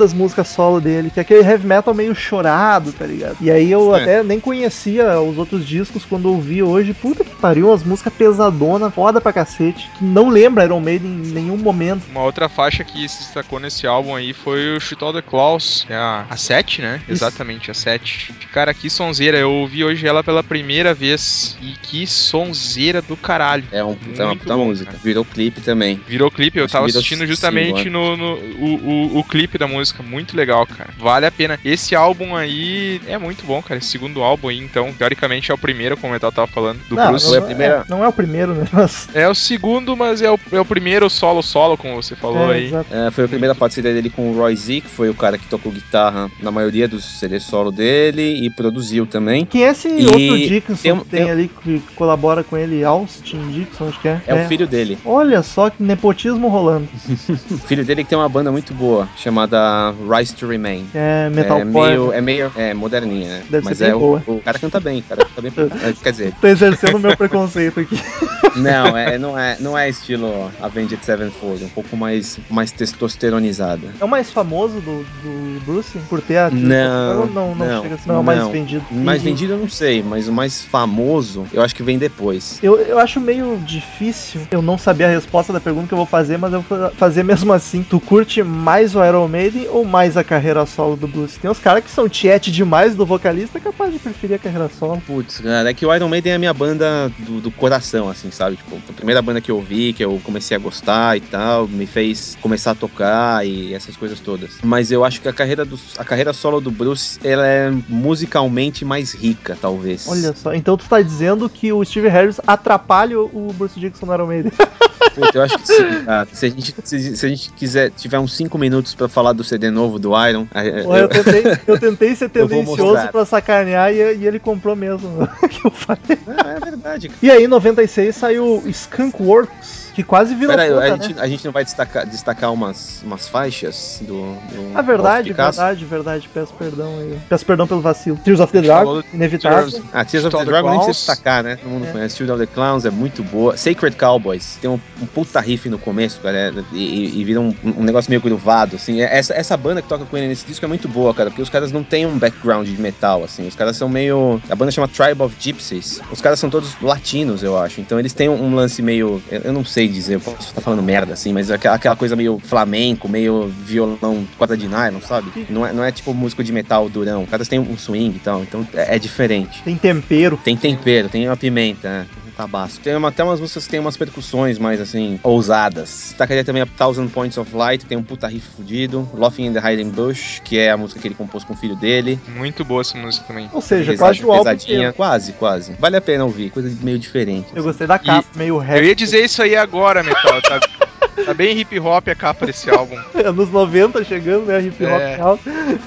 solo dele, que é aquele heavy metal meio chorado, tá ligado? E aí eu É. até nem conhecia os outros discos quando ouvi hoje. Puta que pariu, umas músicas pesadonas, foda pra cacete, que não lembra Iron Maiden em nenhum momento. Uma outra faixa que se destacou nesse álbum aí foi o Shoot All The Claws, que é a, a sete, né? Isso. Exatamente, a sete. Cara, que sonzeira, eu ouvi hoje ela pela primeira vez e que sonzeira do caralho. É, um, Muito é uma puta bom, música. cara. Virou clipe também. Virou clipe, eu Acho tava que virou assistindo justamente single, no, no o, o, o clipe da música, muito legal, cara. Vale a pena. Esse álbum aí é muito bom, cara. Esse segundo álbum aí, então, teoricamente é o primeiro, como eu tava falando, do não, Bruce. não, Foi a não primeira- é, não é o primeiro, né? Mas, É o segundo, mas é o, é o primeiro solo-solo, como você falou é, aí. exato. É, foi a primeira parceria dele com o Roy Z, que foi o cara que tocou guitarra na maioria dos C Ds solo dele e produziu também. Quem é esse E outro Dickinson tem um- que tem tem- ali que colabora com ele? Austin Dixon, acho que é. É o filho dele. Olha só que nepotismo rolando. O filho dele que tem uma banda muito boa, chamada Rise to Remain. É metalcore. É meio, é meio é, moderninha, né? Deve Mas ser bem é o, boa. o cara canta bem, o cara canta bem. pra caralho. Quer dizer, Tô exercendo o meu preconceito aqui. não, é, não, é, não é estilo Avenged Sevenfold, é um pouco mais, mais testosteronizada. É o mais famoso do, do Bruce por ter a Não, não, não, não, chega assim, não é o mais não. vendido. Mais E- vendido eu não sei, mas o mais famoso eu acho que vem depois. Eu, eu acho meio difícil eu não saber a resposta da pergunta que eu vou fazer, mas eu vou fazer mesmo assim. Tu curte mais o Iron Maiden ou mais a carreira solo do Bruce? Tem uns caras que são tiete demais do vocalista, é capaz de preferir a carreira solo. Putz, cara, é que o Iron Maiden é a minha banda do, do coração, assim, sabe? Tipo, a primeira banda que eu ouvi, que eu comecei a gostar e tal, me fez começar a tocar e essas coisas todas. Mas eu acho que a carreira, do, a carreira solo do Bruce, ela é musicalmente mais rica, talvez. Olha só, então tu tá dizendo que o Steve Harris atrapalha o Bruce Dickinson no Iron Maiden. Puta, eu acho que sim, cara. Se a gente, se, se a gente quiser, tiver uns cinco minutos pra falar do C D novo do Iron, eu, Porra, eu, tentei, eu tentei ser Eu vou tendencioso mostrar. pra sacanear e, e ele comprou mesmo. Que eu falei. Ah, é verdade, cara. E aí, em noventa e seis, saiu Skunk Works, que quase virou Pera aí, puta, a, né? gente, a gente não vai destacar, destacar umas, umas faixas do, do Ah, verdade, do Picasso? verdade, verdade. Peço perdão aí. Peço perdão pelo vacilo. Tears of the Falou Dragon, do inevitável. Tears- Ah, Tears of Shoot the All The Dragon nem precisa Clowns. destacar, né? Todo mundo É. conhece. Shield of the Clowns é muito boa. Sacred Cowboys tem um, um puta riff no começo, cara, é- e, e- e vira um, um negócio meio gruvado, assim. É- Essa, essa banda que toca com ele nesse disco é muito boa, cara, porque os caras não têm um background de metal, assim. Os caras são meio... A banda chama Tribe of Gypsies. Os caras são todos latinos, eu acho. Então eles têm um, um lance meio... Eu, eu não sei dizer, eu posso estar falando merda, assim, mas aquela, aquela coisa meio flamenco, meio violão quadra de nylon, sabe? Não é, não é tipo músico de metal durão. Os caras têm um swing e tal, então é, é diferente. Tem tempero. Tem tempero, tem uma pimenta, né? Um tabasco. Tem uma, até umas músicas que tem umas percussões mais, assim, ousadas. Destacaria também a Thousand Points of Light, tem um puta riff fudido. Laughing in the Hiding Bush, que é a música que ele compôs com o filho dele. Muito boa essa música também. Ou seja, Pesa- quase o álbum pesadinha. inteiro. Quase, quase. Vale a pena ouvir, coisa meio diferente. Eu gostei da capa, meio rap. Eu ia dizer isso aí agora, Metal. Tá, tá bem hip hop a capa desse álbum. Anos noventa chegando, né? Hip hop É. alto.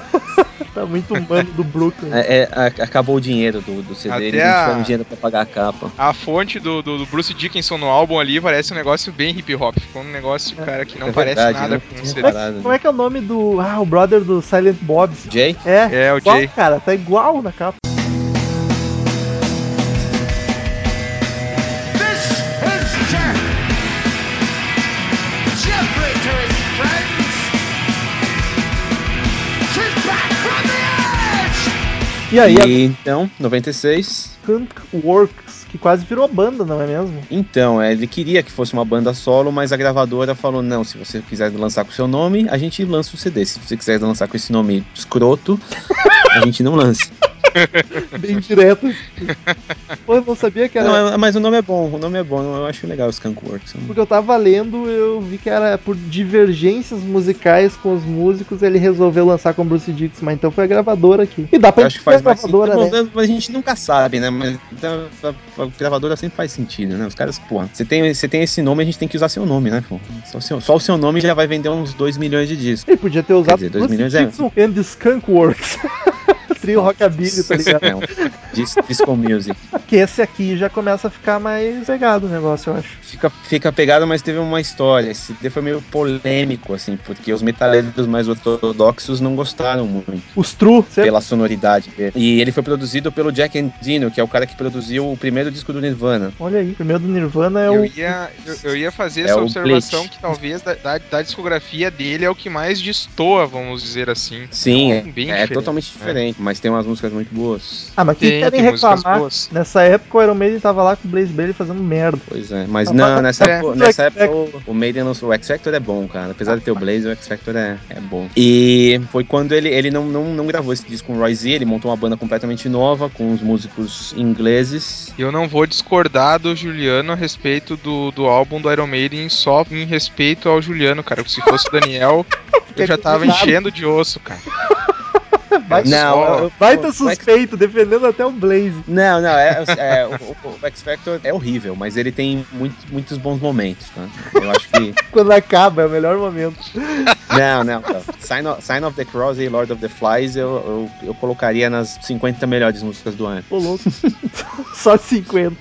Tá muito humano do Brooklyn. É, é, a- acabou o dinheiro do, do C D, Até eles não a- tiveram dinheiro pra pagar a capa. A fonte do, do, do Bruce Dickinson no álbum ali parece um negócio bem hip hop. Ficou um negócio, cara, que não É parece verdade, nada né? com um Tinha C D. reparado. Como é que é o nome do. Ah, o brother do Silent Bob? Jay? É, É, o igual, Jay. cara, tá igual na capa. This is Jeff. Jeffrey to his friends. Sit back from the edge. E aí, a E então, noventa e seis. Skunk Works, que quase virou banda, não é mesmo? Então, é, ele queria que fosse uma banda solo, mas a gravadora falou: não, se você quiser lançar com o seu nome, a gente lança o C D. Se você quiser lançar com esse nome escroto, a gente não lança. Bem direto. Pô, eu não sabia que era. Não, é- mas o nome é bom, o nome é bom, eu acho legal o Skunkworks. Porque eu tava lendo, eu vi que era por divergências musicais com os músicos, ele resolveu lançar com o Bruce Dickinson, mas então foi a gravadora aqui. E dá pra Eu acho que faz a mais gravadora, sentido. né? Bom, a gente nunca sabe, né? Mas então, a, a gravadora sempre faz sentido, né? Os caras, porra, você tem, você tem esse nome, a gente tem que usar seu nome, né, pô? Só, seu, só o seu nome já vai vender uns dois milhões de discos. Ele podia ter usado Quer dizer, dois Bruce milhões é- Dickinson and the Skunk Works. Trio Rockabilly, tá ligado? É, um dis- disco music. Porque esse aqui já começa a ficar mais pegado o negócio, eu acho. fica, fica pegado, mas teve uma história. Esse C D foi meio polêmico, assim, porque os metaleiros mais ortodoxos não gostaram muito. Os True, sempre. Pela sonoridade dele. E ele foi produzido pelo Jack Endino, que é o cara que produziu o primeiro disco do Nirvana. Olha aí, o primeiro do Nirvana é Eu o... ia, eu, eu ia fazer É essa o observação Bleach. que talvez da, da, da discografia dele é o que mais destoa, vamos dizer assim. Sim, é, é, um bem é diferente, totalmente né? diferente, mas tem umas músicas muito boas. Ah, mas quem Tem, querem tem músicas reclamar? boas. Nessa época o Iron Maiden tava lá com o Blaze Bailey fazendo merda. Pois é, mas Ah, não, mas- nessa é. época, nessa época o, o Maiden lançou o X Factor é bom, cara. Apesar de ter o Blaze, o X Factor é, é bom. E foi quando ele, ele não, não, não gravou esse disco com o Roy Z, ele montou uma banda completamente nova, com os músicos ingleses. Eu não vou discordar do Juliano a respeito do, do álbum do Iron Maiden só em respeito ao Juliano, cara. Se fosse o Daniel, eu já tava enchendo de osso, cara. Baita, Não, só- eu- baita o X- suspeito, defendendo até o Blaze. Não, não, é, é, o, o- o X Factor é horrível, mas ele tem muito, muitos bons momentos, tá? Eu acho que... Quando acaba, é o melhor momento. Não, não, não. Sign of, Sign of the Cross e Lord of the Flies eu, eu, eu colocaria nas cinquenta melhores músicas do ano. Ô, louco. Só cinquenta.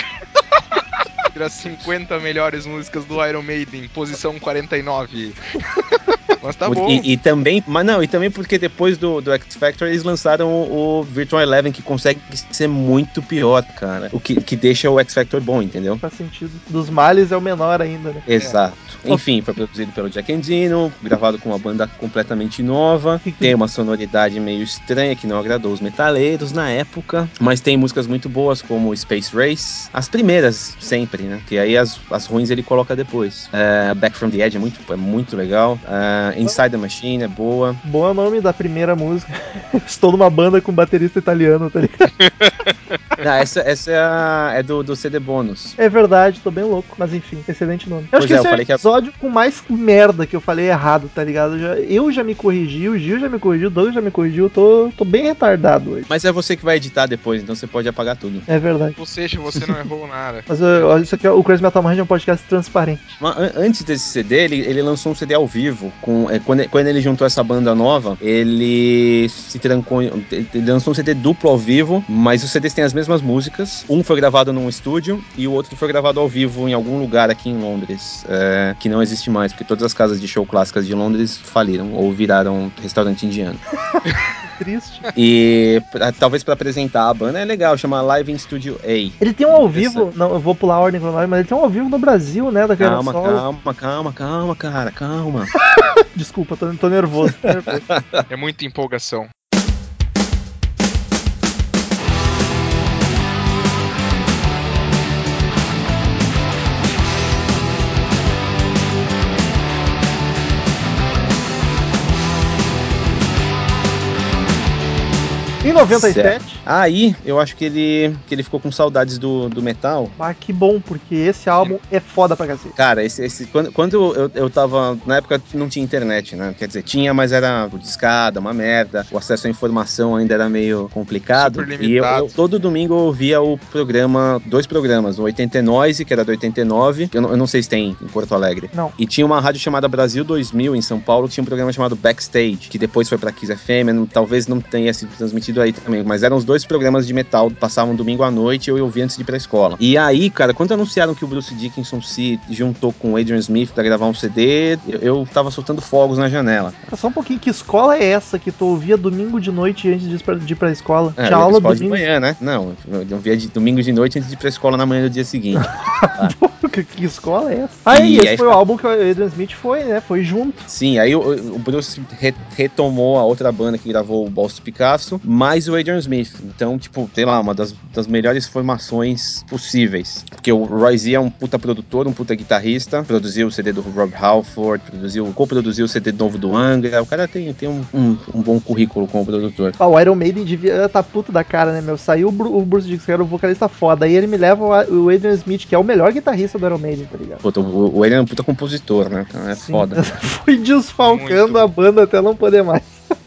As cinquenta melhores músicas do Iron Maiden, posição quarenta e nove. Mas tá bom. E, e também, mas não, e também porque depois do, do X Factor eles lançaram o, o Virtual Eleven, que consegue ser muito pior, cara. O que, que deixa o X Factor bom, entendeu? Faz sentido. Dos males é o menor ainda, né? Exato. Enfim, foi produzido pelo Jack Endino, gravado com uma banda completamente nova. Tem uma sonoridade meio estranha que não agradou os metaleiros na época, mas tem músicas muito boas como Space Race. As primeiras, sempre, né? Que aí as, as ruins ele coloca depois. É, Back from the Edge é muito, é muito legal. É, Inside the Machine é boa. Bom é o nome da primeira música. Estou numa banda com baterista italiano, tá ligado? Não, essa, essa é, a, é do, do C D bônus. É verdade, tô bem louco, mas enfim, excelente nome. Eu Pois acho que é, esse eu é o falei que a- episódio com mais merda que eu falei errado, tá ligado? Eu já, eu já me corrigi, o Gil já me corrigiu, o Doug já me corrigiu, eu tô, tô bem retardado hoje. Mas é você que vai editar depois, então você pode apagar tudo. É verdade. Ou seja, você não errou nada. Mas eu- olha, isso aqui, é- o Crazy Metal Mind é um podcast transparente. Mas an- antes desse C D, ele, ele lançou um C D ao vivo. Com, é, quando, quando ele juntou essa banda nova, ele se trancou. em- Ele lançou um C D duplo ao vivo, mas os C Ds têm as mesmas músicas. Um foi gravado num estúdio e o outro foi gravado ao vivo em algum lugar aqui em Londres, é, que não existe mais, porque todas as casas de show clássicas de Londres faliram ou viraram restaurante indiano. Triste. E pra- talvez pra apresentar a banda é legal, chama Live in Studio A. Ele tem um ao vivo, não, eu vou pular a ordem cronológica, mas ele tem um ao vivo no Brasil, né, da carreira Calma, solo. calma, calma, calma, cara, calma. Desculpa, tô, tô nervoso. Tô nervoso. É muita empolgação. Em noventa e sete, Certo. Aí, eu acho que ele, que ele ficou com saudades do, do metal. ah, que bom, porque esse álbum é foda pra cacete. Cara, esse, esse, quando, quando eu, eu tava... Na época não tinha internet, né? Quer dizer, tinha, mas era por discada, uma merda. O acesso à informação ainda era meio complicado. Super E eu, limitado. eu- todo domingo eu ouvia o programa, dois programas. O oitenta Noise, que era do oitenta e nove. Que eu não, eu não sei se tem em Porto Alegre. Não. E tinha uma rádio chamada Brasil dois mil, em São Paulo, que tinha um programa chamado Backstage, que depois foi pra Kiss F M. não- Talvez não tenha sido transmitido aí também, mas eram os dois programas de metal, passavam domingo à noite e eu ouvia antes de ir pra escola. E aí, cara, quando anunciaram que o Bruce Dickinson se juntou com o Adrian Smith pra gravar um C D, eu, eu tava soltando fogos na janela. Só um pouquinho, que escola é essa que tu ouvia domingo de noite antes de ir pra, de ir pra escola? É, Tinha eu ia pra aula escola de domingo. manhã, né? Não, eu eu ouvia de domingo de noite antes de ir pra escola na manhã do dia seguinte. que, que escola é essa? Ah, e E esse aí foi o fica- álbum que o Adrian Smith foi, né? Foi junto. Sim, aí o, o Bruce re- retomou a outra banda que gravou o Balls to Picasso, mais o Adrian Smith. Então, tipo, sei lá, uma das, das melhores formações possíveis. Porque o Roy Z é um puta produtor, um puta guitarrista, produziu o C D do Rob Halford, produziu, co-produziu o C D novo do Angra. O cara tem, tem um, um, um bom currículo como produtor. Ah, o Iron Maiden devia estar puto da cara, né, meu? Saiu o, Bru- o Bruce Dickinson, que era o vocalista foda. Aí ele me leva o, o Adrian Smith, que é o melhor guitarrista do Iron Maiden, tá ligado? Puta, o, o Adrian é um puta compositor, né? Então é Sim. foda. Foi desfalcando Muito. a banda até não poder mais.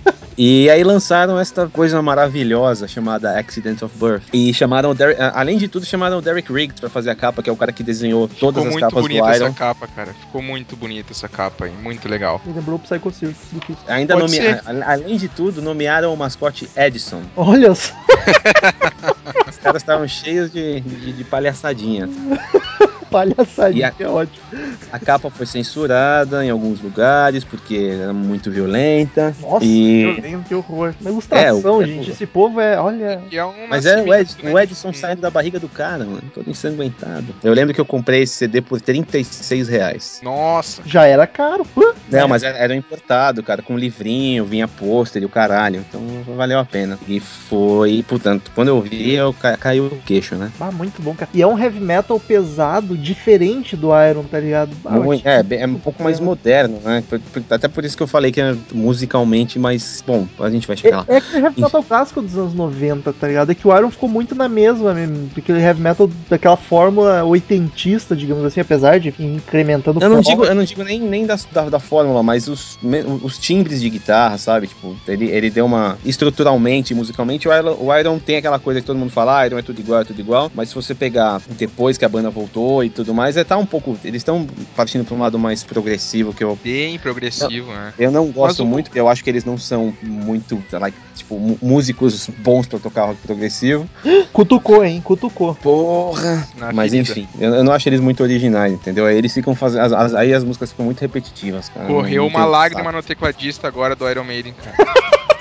E aí lançaram esta coisa maravilhosa chamada Accident of Birth. E chamaram, o Derek, além de tudo, chamaram o Derek Riggs pra fazer a capa, que é o cara que desenhou todas Ficou as muito capas do bonita Iron. essa capa, cara. Ficou muito bonita essa capa aí. Muito legal. Me lembrou o Psycho Circus do Kiss. Ainda Pode nome... ser. a- Além de tudo, nomearam o mascote Edison. Olha só. Os caras estavam cheios de, de, de palhaçadinha. Palhaçadinha, E a- é ótimo. A capa foi censurada em alguns lugares porque era muito violenta. Nossa, e... violento, que horror. Uma ilustração, É, o- gente. Esse povo é, olha... E é um Mas é o, Ed, nascimento, o né, Edson de- saindo da barriga do cara, mano. Todo ensanguentado. Eu lembro que eu comprei esse C D por trinta e seis reais. Nossa. Já era caro. Uh, Não, né? mas era, era um importado, cara, com livrinho, vinha pôster e o caralho. Então valeu a pena. E foi, portanto, quando eu vi, eu ca caiu o queixo, né? Ah, muito bom, cara. E é um heavy metal pesado, diferente do Iron, tá ligado? Ah, Muito- é, bem- é um pouco mais moderno, né? Por- por- Até por isso que eu falei que é musicalmente mais. Bom, a gente vai chegar lá. É, é aquele heavy metal clássico dos anos noventa, tá ligado? É que o Iron ficou muito na mesma, mesmo, aquele heavy metal daquela fórmula oitentista, digamos assim, apesar de ir incrementando Eu não fórmula. digo, eu não digo nem, nem da, da, da fórmula, mas os, me- os timbres de guitarra, sabe? Tipo, ele, ele deu uma. Estruturalmente, musicalmente, o Iron, o Iron tem aquela coisa que todo mundo fala, ah, Iron é tudo igual, é tudo igual. Mas se você pegar depois que a banda voltou e tudo mais, é tá um pouco. Eles estão partindo pra um lado mais progressivo que eu. Bem progressivo, né? Eu não gosto Mas o- muito, porque eu acho que eles não são muito, like, tipo, mu- músicos bons pra tocar rock progressivo. Cutucou, hein? Cutucou. Porra! Na Mas ferida. enfim, eu, eu não acho eles muito originais, entendeu? Aí eles ficam fazendo. as- as- aí as músicas ficam muito repetitivas, cara. Correu Não- não uma tem lágrima saco. no tecladista agora do Iron Maiden, cara.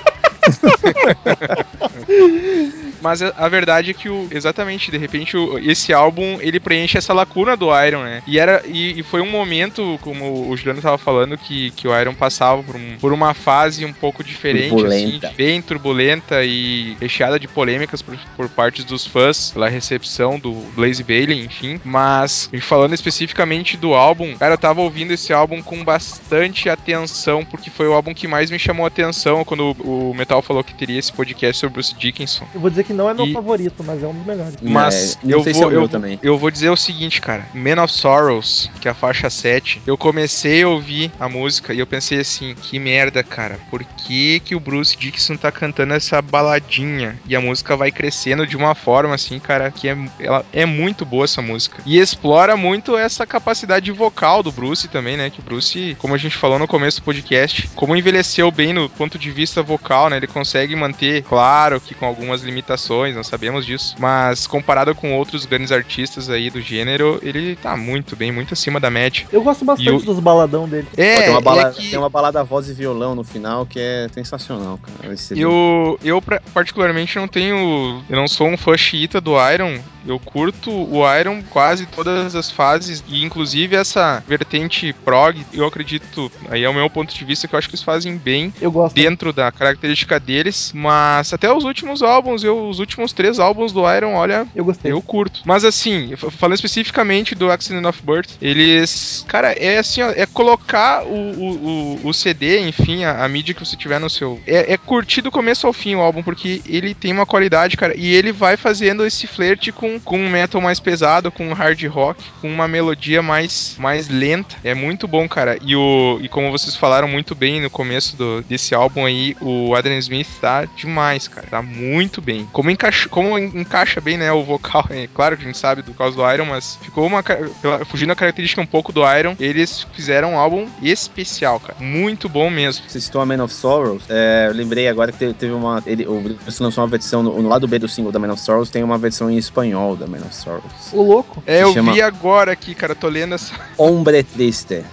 Mas a, a verdade é que o, exatamente, de repente, o- esse álbum ele preenche essa lacuna do Iron, né? E era e, e foi um momento, como o Juliano tava falando, que, que o Iron passava por, um- por uma fase um pouco diferente, Turbulenta. assim, bem turbulenta e recheada de polêmicas por, por parte dos fãs pela recepção do Blaze Bayley, enfim. Mas falando especificamente do álbum, cara, eu tava ouvindo esse álbum com bastante atenção, porque foi o álbum que mais me chamou a atenção quando o, o Metal falou que teria esse podcast sobre Bruce Dickinson. Eu vou dizer que não é meu E- favorito, mas é um dos melhores. Mas É, não eu sei vou, se é o eu, meu vou- também. eu vou dizer o seguinte, cara. Man of Sorrows, que é a faixa sete, eu comecei a ouvir a música e eu pensei assim, que merda, cara. Por que que o Bruce Dickinson tá cantando essa baladinha? E a música vai crescendo de uma forma assim, cara, que é, ela é muito boa essa música. E explora muito essa capacidade vocal do Bruce também, né? Que o Bruce, como a gente falou no começo do podcast, como envelheceu bem no ponto de vista vocal, né? Ele consegue manter, claro que com algumas limitações, nós sabemos disso, mas comparado com outros grandes artistas aí do gênero, ele tá muito bem, muito acima da média. Eu gosto bastante E o- dos baladão dele. É, Pô, tem, uma balada, é que tem uma balada voz e violão no final que é sensacional, cara. Esse C D. eu, eu pra- particularmente não tenho, eu não sou um fã xiita do Iron. Eu curto o Iron quase todas as fases e inclusive essa vertente prog, eu acredito, aí é o meu ponto de vista que eu acho que eles fazem bem Eu gosto. dentro da característica deles, mas até os últimos álbuns, eu, os últimos três álbuns do Iron, olha, Eu gostei. eu curto. Mas assim, f- falando especificamente do Accident of Birth, eles, cara, é assim, ó, é colocar o, o, o, o C D, enfim, a, a mídia que você tiver no seu, é, é curtir do começo ao fim o álbum, porque ele tem uma qualidade, cara, e ele vai fazendo esse flerte com, com um metal mais pesado, com um hard rock, com uma melodia mais, mais lenta, é muito bom, cara, e, o, e como vocês falaram muito bem no começo do, desse álbum aí, o Adrian Smith tá demais, cara, tá muito bem, como encaixa, como en- encaixa bem, né, o vocal, é claro que a gente sabe do causa do Iron, mas ficou uma, ca- pela- fugindo da característica um pouco do Iron, eles fizeram um álbum especial, cara, muito bom mesmo. Você citou a Man of Sorrows, é, eu lembrei agora que teve, teve uma. Ele, o Bruce lançou uma versão, no, no lado B do single da Man of Sorrows, tem uma versão em espanhol da Man of Sorrows. O louco. É, Se eu chama- vi agora aqui, cara, tô lendo essa... Hombre Triste.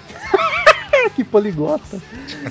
Que poliglota.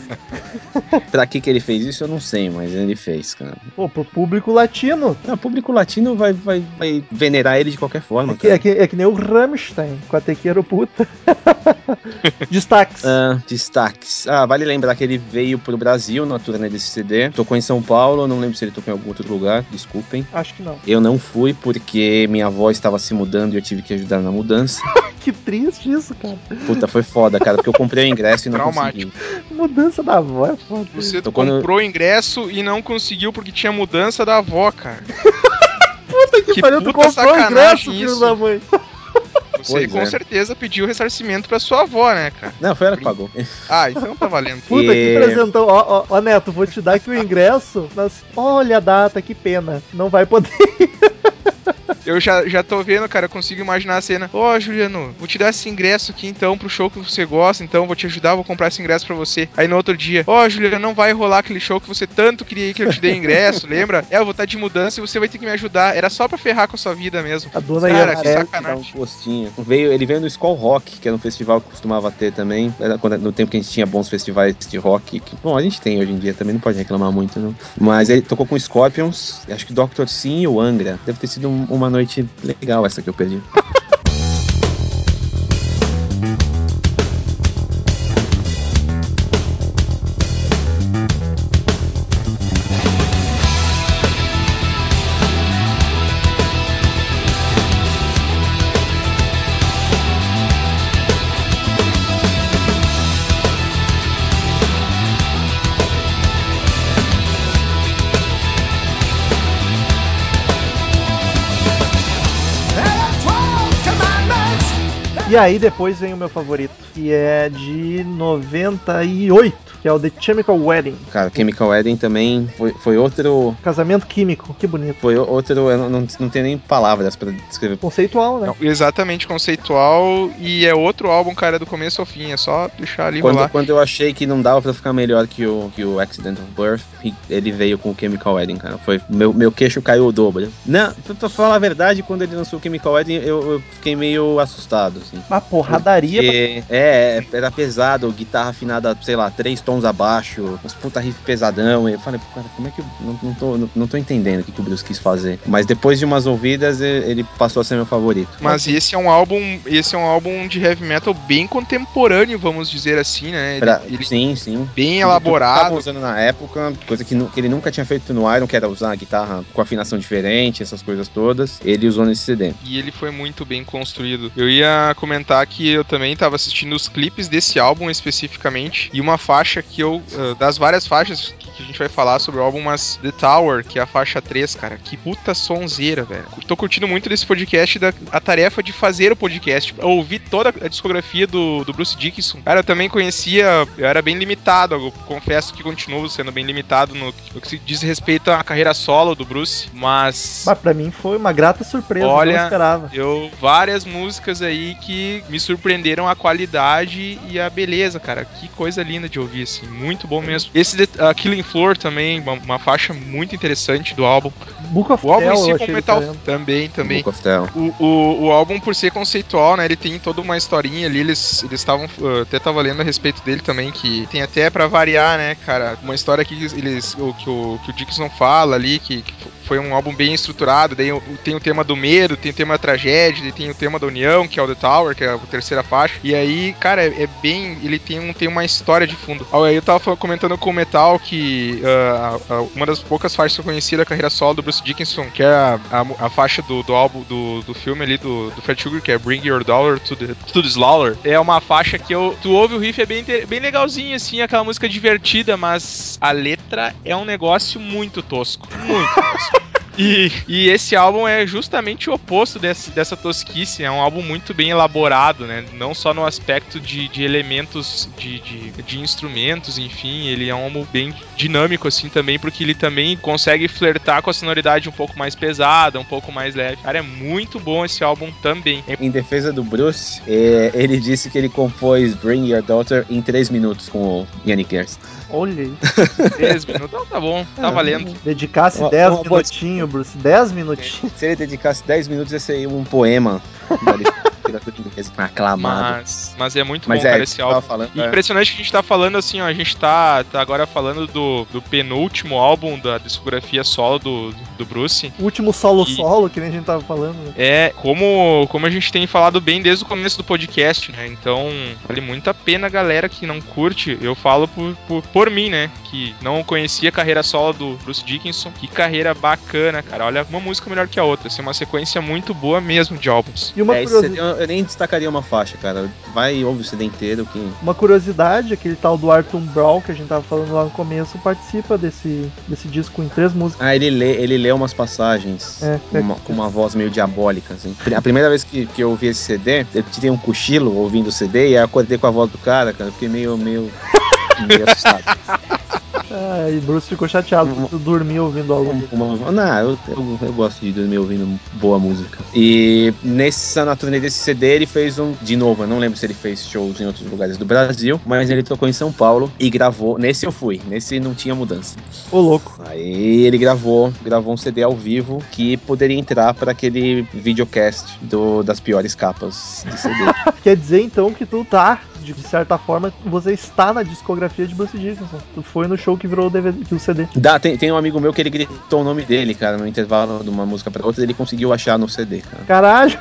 Pra que que ele fez isso, eu não sei, mas ele fez, cara. Pô, pro público latino. Não, o público latino vai, vai, vai venerar ele de qualquer forma, É que, cara. é, que, é que nem o Rammstein, com a tequeiro puta. Destaques. Ah, destaques. Ah, vale lembrar que ele veio pro Brasil na turnê desse C D. Tocou em São Paulo, não lembro se ele tocou em algum outro lugar, desculpem. Acho que não. Eu não fui porque minha avó estava se mudando e eu tive que ajudar na mudança. Que triste isso, cara. Puta, foi foda, cara, porque eu comprei o ingresso e não Traumático. consegui. Mudança da voz, é foda. Você Tocou no- comprou o ingresso e não conseguiu porque tinha mudança da avó, cara. Puta que, Que pariu, tu puta comprou o ingresso, sacanagem filho isso. da mãe. Você Pois com é. certeza pediu ressarcimento pra sua avó, né, cara? Não, foi ela que pagou. Ah, então tá valendo. Puta que E- presentão. Ó, ó, ó, Neto, vou te dar aqui o ingresso, mas olha a data, que pena. Não vai poder. Eu já, já tô vendo, cara, eu consigo imaginar a cena. Ô, oh, Juliano, vou te dar esse ingresso aqui então pro show que você gosta, então vou te ajudar, vou comprar esse ingresso pra você. Aí no outro dia, ó, oh, Juliano, não vai rolar aquele show que você tanto queria ir que eu te dei ingresso, lembra? É, eu vou estar de mudança e você vai ter que me ajudar. Era só pra ferrar com a sua vida mesmo. A dona Cara, ia que sacanagem. Dá um postinho. Veio, ele veio no Skull Rock, que era um festival que costumava ter também. Era quando, no tempo que a gente tinha bons festivais de rock. Que, bom, a gente tem hoje em dia também, não pode reclamar muito, não. Mas ele tocou com Scorpions, acho que doutor Sim e o Angra. Deve ter sido um, uma noite legal essa que eu perdi. E aí depois vem o meu favorito, que é de noventa e oito, que é o The Chemical Wedding. Cara, Chemical Wedding também foi, foi outro... Casamento Químico, que bonito. Foi outro... Eu não, não, não tenho nem palavras pra descrever. Conceitual, né? Não, exatamente, conceitual. E é outro álbum, cara, do começo ao fim. É só deixar ali Quando, rolar. quando eu achei que não dava pra ficar melhor que o, que o Accident of Birth, ele veio com o Chemical Wedding, cara. Foi, meu, meu queixo caiu o dobro. Não, pra, pra falar a verdade, quando ele lançou o Chemical Wedding, eu, eu fiquei meio assustado, assim. Uma porradaria. Porque, pra... é, era pesado, guitarra afinada, sei lá, três tons abaixo, uns puta riff pesadão. E eu falei, cara, como é que eu não, não, tô, não, não tô entendendo o que, que o Bruce quis fazer. Mas depois de umas ouvidas, ele passou a ser meu favorito. Mas esse é um álbum, esse é um álbum de heavy metal bem contemporâneo, vamos dizer assim, né? Ele, pra... ele Sim, sim. bem elaborado. Tava usando na época, coisa que, que ele nunca tinha feito no Iron, que era usar a guitarra com afinação diferente, essas coisas todas. Ele usou nesse C D. E ele foi muito bem construído. Eu ia comentar que eu também estava assistindo os clipes desse álbum especificamente, e uma faixa que eu, das várias faixas que a gente vai falar sobre o álbum, mas The Tower, que é a faixa três, cara, que puta sonzeira, velho. Tô curtindo muito desse podcast, da, a tarefa de fazer o podcast. Eu ouvi toda a discografia do, do Bruce Dickinson. Cara, eu também conhecia, eu era bem limitado, eu confesso que continuo sendo bem limitado no, no que se diz respeito à carreira solo do Bruce, mas... Mas pra mim foi uma grata surpresa, olha, eu não esperava. Eu, várias músicas aí que me surpreenderam a qualidade e a beleza, cara. Que coisa linda de ouvir, assim, muito bom mesmo. Esse uh, Killing Floor também, uma, uma faixa muito interessante do álbum. Book of o álbum Tell, em si eu com achei metal diferente. também, também. Book of Tell. O, o, o álbum, por ser conceitual, né, ele tem toda uma historinha ali, eles estavam, uh, até tava lendo a respeito dele também, que tem até pra variar, né, cara, uma história que eles, o, que, o, que o Dickinson fala ali, que, que foi um álbum bem estruturado, daí tem o tema do medo, tem o tema da tragédia, tem o tema da união, que é o The Tower, que é a terceira faixa, e aí, cara, é, é bem, ele tem, um, tem uma história de fundo. Aí eu tava comentando com o Metal que uh, a, a, uma das poucas faixas que eu conheci da carreira solo do Bruce Dickinson, que é a, a, a faixa do, do álbum, do, do filme ali, do, do Fred Sugar, que é Bring Your Dollar to the, to the Slaughter, é uma faixa que eu, tu ouve o riff, é bem, bem legalzinho, assim, aquela música divertida, mas a letra é um negócio muito tosco, muito tosco. E, e esse álbum é justamente o oposto desse, dessa tosquice. É um álbum muito bem elaborado, né? Não só no aspecto de, de elementos, de, de, de instrumentos, enfim. Ele é um álbum bem dinâmico, assim, também, porque ele também consegue flertar com a sonoridade um pouco mais pesada, um pouco mais leve. Cara, é muito bom esse álbum também. Em defesa do Bruce, é, ele disse que ele compôs Bring Your Daughter em três minutos com o Yannick Gers. Olha aí. três minutos, então tá bom, tá valendo. Dedicasse Uma- dez uma boa minutinhos, Bruce. dez minutinhos. Se ele dedicasse dez minutos, ia ser um poema aclamado. Mas, mas é muito Mas bom, é, cara, esse tava álbum. falando, é. Impressionante que a gente tá falando assim, ó, a gente tá, tá agora falando do, do penúltimo álbum da discografia solo do, do Bruce. O último solo-solo, E- que nem a gente tava falando. Né? É, como, como a gente tem falado bem desde o começo do podcast, né? Então, vale muito a pena, galera que não curte. Eu falo por, por, por mim, né? Que não conhecia a carreira solo do Bruce Dickinson. Que carreira bacana, cara. Olha, uma música melhor que a outra. Assim, uma sequência muito boa mesmo de álbuns. E uma, É, esse curiosi- C D eu, eu nem destacaria uma faixa, cara. Vai e ouve o C D inteiro que... uma curiosidade, aquele tal do Arthur Brown, que a gente tava falando lá no começo, participa desse, desse disco em três músicas. Ah, ele lê, ele lê umas passagens É, com, uma, com uma voz meio diabólica, assim. A primeira vez que, que eu ouvi esse C D, eu tirei um cochilo ouvindo o C D e aí eu acordei com a voz do cara, cara. Eu fiquei meio, meio, meio assustado. Ah, e Bruce ficou chateado porque tu dormiu ouvindo a Lua. Uma, uma, não, eu, eu, eu gosto de dormir ouvindo boa música. E nessa, na turnê desse C D, ele fez um, de novo, eu não lembro se ele fez shows em outros lugares do Brasil, mas ele tocou em São Paulo e gravou, nesse eu fui, nesse não tinha mudança. Ô, louco. Aí ele gravou, gravou um C D ao vivo que poderia entrar para aquele videocast do, das piores capas de C D. Quer dizer, então, que tu tá, de certa forma, você está na discografia de Bruce Dickinson. Tu foi no show que virou o D V D, que o C D. Dá, tem, tem um amigo meu que ele gritou o nome dele, cara, no intervalo de uma música pra outra, ele conseguiu achar no C D, cara. Caralho!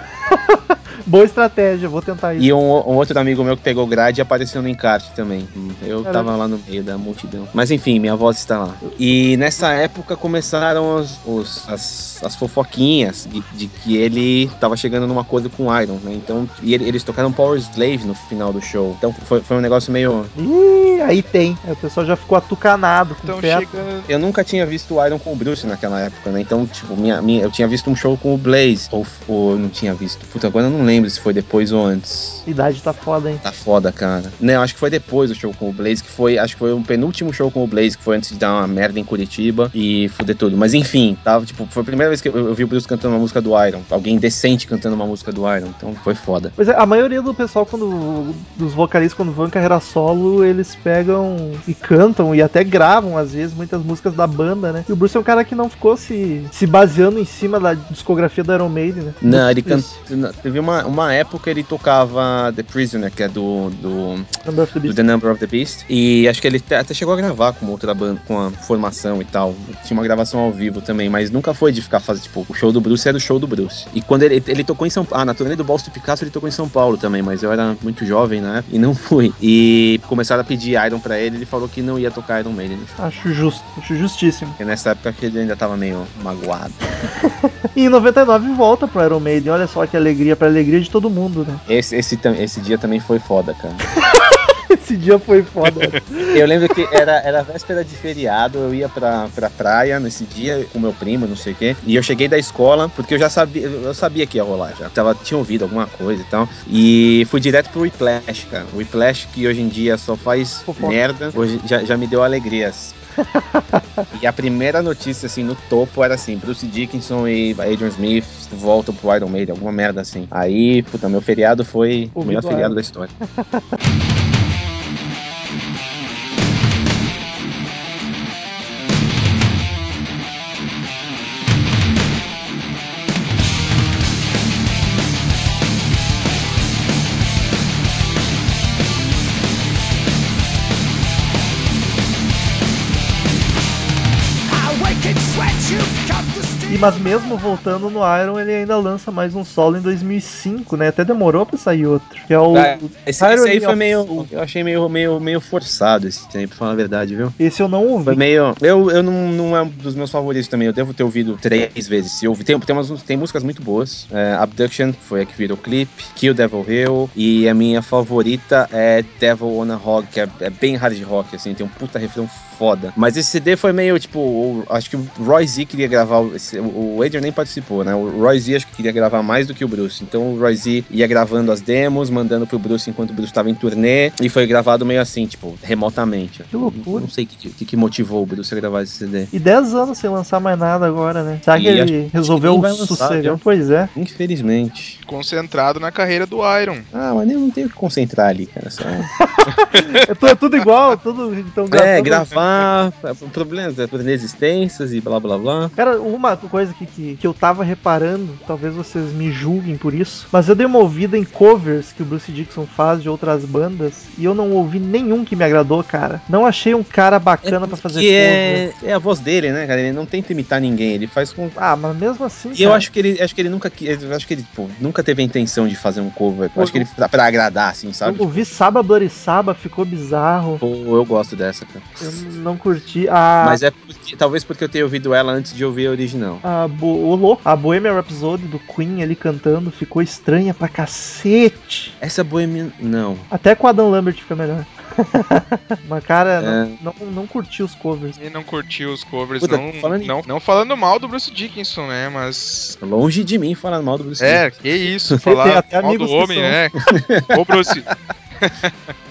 Boa estratégia, vou tentar isso. E um, um outro amigo meu que pegou grade apareceu no encarte também. Eu Caramba. tava lá no meio da multidão. Mas enfim, minha voz está lá. E nessa época começaram os, os, as, as fofoquinhas de, de que ele tava chegando numa coisa com o Iron, né? Então, e ele, eles tocaram Power Slave no final do show. Então foi, foi um negócio meio... Ih, aí tem. Aí o pessoal já ficou atucanado com Então o teto. chegando. Eu nunca tinha visto o Iron com o Bruce naquela época, né? Então, tipo, minha, minha, eu tinha visto um show com o Blaze. Ou, ou não tinha visto. Puta, agora eu não lembro se foi depois ou antes. Idade tá foda, hein? Tá foda, cara. Não, acho que foi depois do show com o Blaze, que foi, acho que foi o penúltimo show com o Blaze, que foi antes de dar uma merda em Curitiba e fuder tudo. Mas enfim, tava, tipo, foi a primeira vez que eu, eu vi o Bruce cantando uma música do Iron. Alguém decente cantando uma música do Iron. Então foi foda. Pois é, a maioria do pessoal, quando dos vocalistas, quando vão em carreira solo, eles pegam e cantam e até gravam, às vezes, muitas músicas da banda, né? E o Bruce é um cara que não ficou se, se baseando em cima da discografia do Iron Maiden, né? Não, ele Isso. canta. Teve uma, uma época ele tocava The Prisoner, que é do. do Number of the do Beast. The Number of the Beast. E acho que ele até chegou a gravar com outra banda, com a formação e tal. Tinha uma gravação ao vivo também, mas nunca foi de ficar fazendo, tipo, o show do Bruce era o show do Bruce. E quando ele, ele tocou em São Paulo, ah, na turnê do Balls to Picasso ele tocou em São Paulo também, mas eu era muito jovem, né? E não fui. E começaram a pedir Iron pra ele, ele falou que não ia tocar Iron Maiden. Acho justo, acho justíssimo. Porque nessa época que ele ainda tava meio magoado. E em noventa e nove volta pro Iron Maiden, olha só que alegria, pra alegria de todo mundo, né? Esse, esse, tam- esse dia também foi foda, cara. Esse dia foi foda. Eu lembro que era, era véspera de feriado, eu ia pra, pra praia nesse dia com meu primo, não sei o quê. E eu cheguei da escola, porque eu já sabia, eu sabia que ia rolar já. Tava, tinha ouvido alguma coisa e tal. E fui direto pro Whiplash, cara. O Whiplash, que hoje em dia só faz Fofoca. merda, hoje já, já me deu alegrias. E a primeira notícia, assim, no topo era assim: Bruce Dickinson e Adrian Smith voltam pro Iron Maiden, alguma merda assim. Aí, puta, meu feriado foi o Ouvido melhor feriado Iron. da história. E mas mesmo voltando no Iron, ele ainda lança mais um solo em dois mil e cinco, né? Até demorou pra sair outro. Que é o Ah, esse, esse aí Irony foi of meio. Soul. Eu achei meio, meio, meio forçado esse tempo, pra falar a verdade, viu? Esse eu não ouvi. Foi meio. Eu, eu não, não é um dos meus favoritos também. Eu devo ter ouvido três vezes. Se eu ouvi, tem, tem, umas, tem músicas muito boas. É, Abduction, que foi a que virou clipe. Kill Devil Hill. E a minha favorita é Devil on a Hog, que é, é bem hard rock, assim. Tem um puta refrão foda. Mas esse C D foi meio tipo. O, acho que o Roy Z queria gravar. Esse, o Adrian nem participou, né? O Roy Z acho que queria gravar mais do que o Bruce. Então o Roy Z ia gravando as demos, mandando pro Bruce enquanto o Bruce tava em turnê. E foi gravado meio assim, tipo, remotamente. Que loucura. Não sei o que, que, que motivou o Bruce a gravar esse C D. E dez anos sem lançar mais nada agora, né? Será que E acho- ele acho que resolveu nem vai lançar, sossegar? viu? Pois é. Infelizmente. Concentrado na carreira do Iron. Ah, mas eu não tenho que concentrar ali, cara. Só... É, tu- é tudo igual, tudo. Então, é, gravar, problemas, resistências e blá blá blá. Cara, uma coisa que, que, que eu tava reparando, talvez vocês me julguem por isso, mas eu dei uma ouvida em covers que o Bruce Dickinson faz de outras bandas e eu não ouvi nenhum que me agradou, cara. Não achei um cara bacana pra fazer Que cover. é, é a voz dele, né, cara? Ele não tenta imitar ninguém, ele faz com. Ah, mas mesmo assim. E eu cara, acho que ele, acho que ele nunca, eu acho que ele, pô, nunca teve a intenção de fazer um cover. Eu acho que ele pra, pra agradar, assim, sabe? Eu ouvi Saba Bloody Saba, ficou bizarro. Pô, eu gosto dessa, cara. Eu não curti. A, Mas é porque, talvez porque eu tenha ouvido ela antes de ouvir a original. a, Bo- o louco, a Bohemian Rhapsody do Queen ali cantando ficou estranha pra cacete. Essa Bohemian, não. Até com a Adam Lambert fica melhor. Mas, cara, É. não, não, não curti os covers. E não curtiu os covers, Puta, não, falando em- não, não falando mal do Bruce Dickinson, né? Mas. Longe de mim falar mal do Bruce É, que isso, Tem falar até mal do amigos que homem, são. né? Ô, Bruce.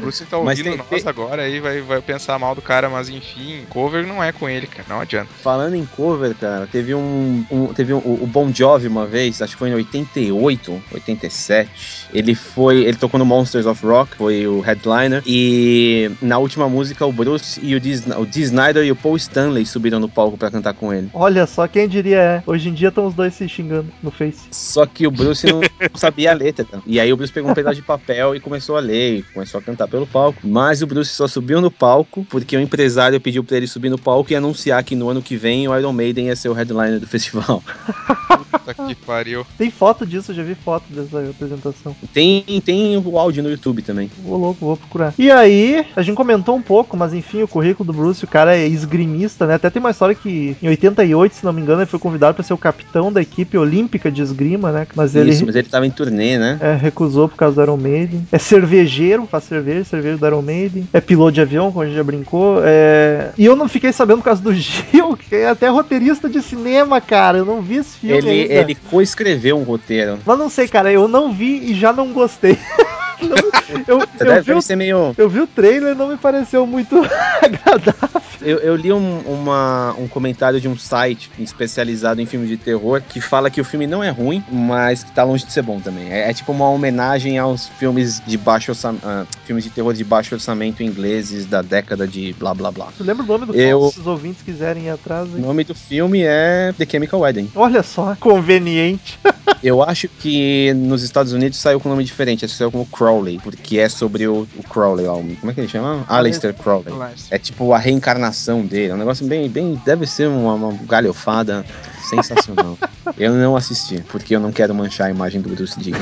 Bruce tá Mas ouvindo tem- nós tem- agora aí, vai, vai pensar mal do cara, mas enfim, cover não é com ele, cara, não adianta. Falando em cover, cara, teve um, um- teve um, o Bon Jovi uma vez, acho que foi em oitenta e oito, oitenta e sete. Ele foi, ele tocou no Monsters of Rock, foi o headliner, e na última música o Bruce e o Dee, o Dee Snider e o Paul Stanley subiram no palco pra cantar com ele. Olha só, quem diria, é. Hoje em dia estão os dois se xingando no Face. Só que o Bruce não sabia a letra, cara. E aí o Bruce pegou um pedaço de papel e começou a ler, e começou a cantar pelo palco. Mas o Bruce só subiu no palco porque o empresário pediu pra ele subir no palco e anunciar que no ano que vem o Iron Maiden ia ser o headliner do festival. Puta que pariu. Tem foto disso, eu já vi foto dessa apresentação. Tem, tem o áudio no YouTube também. Vou louco, vou procurar. E aí, a gente comentou um pouco, mas enfim, o currículo do Bruce, o cara é esgrimista, né? Até tem uma história que em oitenta e oito, se não me engano, ele foi convidado pra ser o capitão da equipe olímpica de esgrima, né? Mas ele Isso, mas ele tava em turnê, né? é, recusou por causa do Iron Maiden. É cervejeiro, faz cerveja, cerveja do Iron Maiden. É piloto de avião, como a gente já brincou. É... E eu não fiquei sabendo por causa do Gil, que é até roteirista de cinema, cara. Eu não vi esse filme Ele, ainda. ele coescreveu um roteiro. Mas não sei, cara, eu não vi e já não gostei. Não, eu, Você eu, deve, vi deve o, ser meio... eu vi o trailer e não me pareceu muito agradável. Eu, eu li um, uma, um comentário de um site especializado em filmes de terror que fala que o filme não é ruim, mas que tá longe de ser bom também. É, é tipo uma homenagem aos filmes de baixo orçamento, uh, filmes de terror de baixo orçamento ingleses da década de blá blá blá. Você lembra o nome do Eu- filme, se os ouvintes quiserem ir atrás? O Hein? nome do filme é The Chemical Wedding. Olha só, conveniente. Eu acho que nos Estados Unidos saiu com um nome diferente, acho que saiu como Crowley, porque é sobre o, o Crowley lá, o- como é que ele chama? Aleister Crowley. É tipo a reencarnação dele, é um negócio bem, bem deve ser uma, uma galhofada sensacional. Eu não assisti, porque eu não quero manchar a imagem do Bruce Dickinson.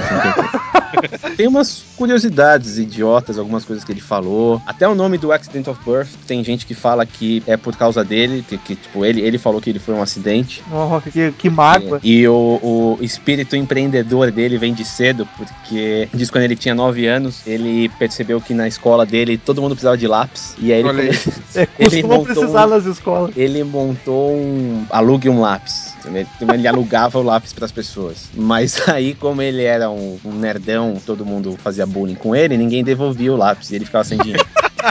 Tem umas curiosidades idiotas, algumas coisas que ele falou. Até o nome do Accident of Birth, tem gente que fala que é por causa dele, que, que tipo, ele, ele falou que ele foi um acidente. Oh, que, que mágoa. E, e o, o espírito empreendedor dele vem de cedo, porque diz que quando ele tinha nove anos, ele percebeu que na escola dele todo mundo precisava de lápis. E aí ele, Olha aí. come... É, ele costumam montou precisar um- nas escolas. ele montou um alugue um lápis. Ele, ele alugava o lápis pras pessoas. Mas aí, como ele era um, um nerdão, todo mundo fazia bullying com ele, ninguém devolvia o lápis e ele ficava sem dinheiro.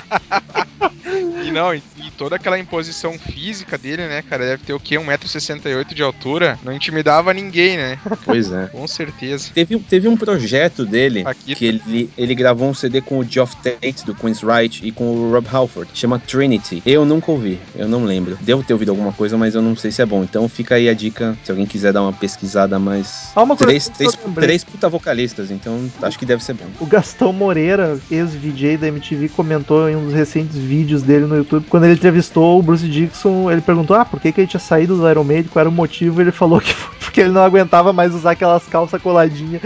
E não, e, e toda aquela imposição física dele, né, cara, deve ter o quê? um metro e sessenta e oito de altura, não intimidava ninguém, né? Pois é. Com certeza. Teve, teve um projeto dele Aqui. que ele, ele gravou um C D com o Geoff Tate do Queen's Right e com o Rob Halford, chama Trinity. Eu nunca ouvi, eu não lembro. Devo ter ouvido alguma coisa, mas eu não sei se é bom. Então fica aí a dica, se alguém quiser dar uma pesquisada mais. Ah, uma coisa Três, que eu três, lembrei. três puta vocalistas, então acho que deve ser bom. O Gastão Moreira, ex-V J da M T V, comentou em um dos recentes vídeos dele no YouTube, quando ele entrevistou o Bruce Dickinson, ele perguntou, ah, por que, que ele tinha saído do Iron Maiden, qual era o motivo, ele falou que foi porque ele não aguentava mais usar aquelas calças coladinhas.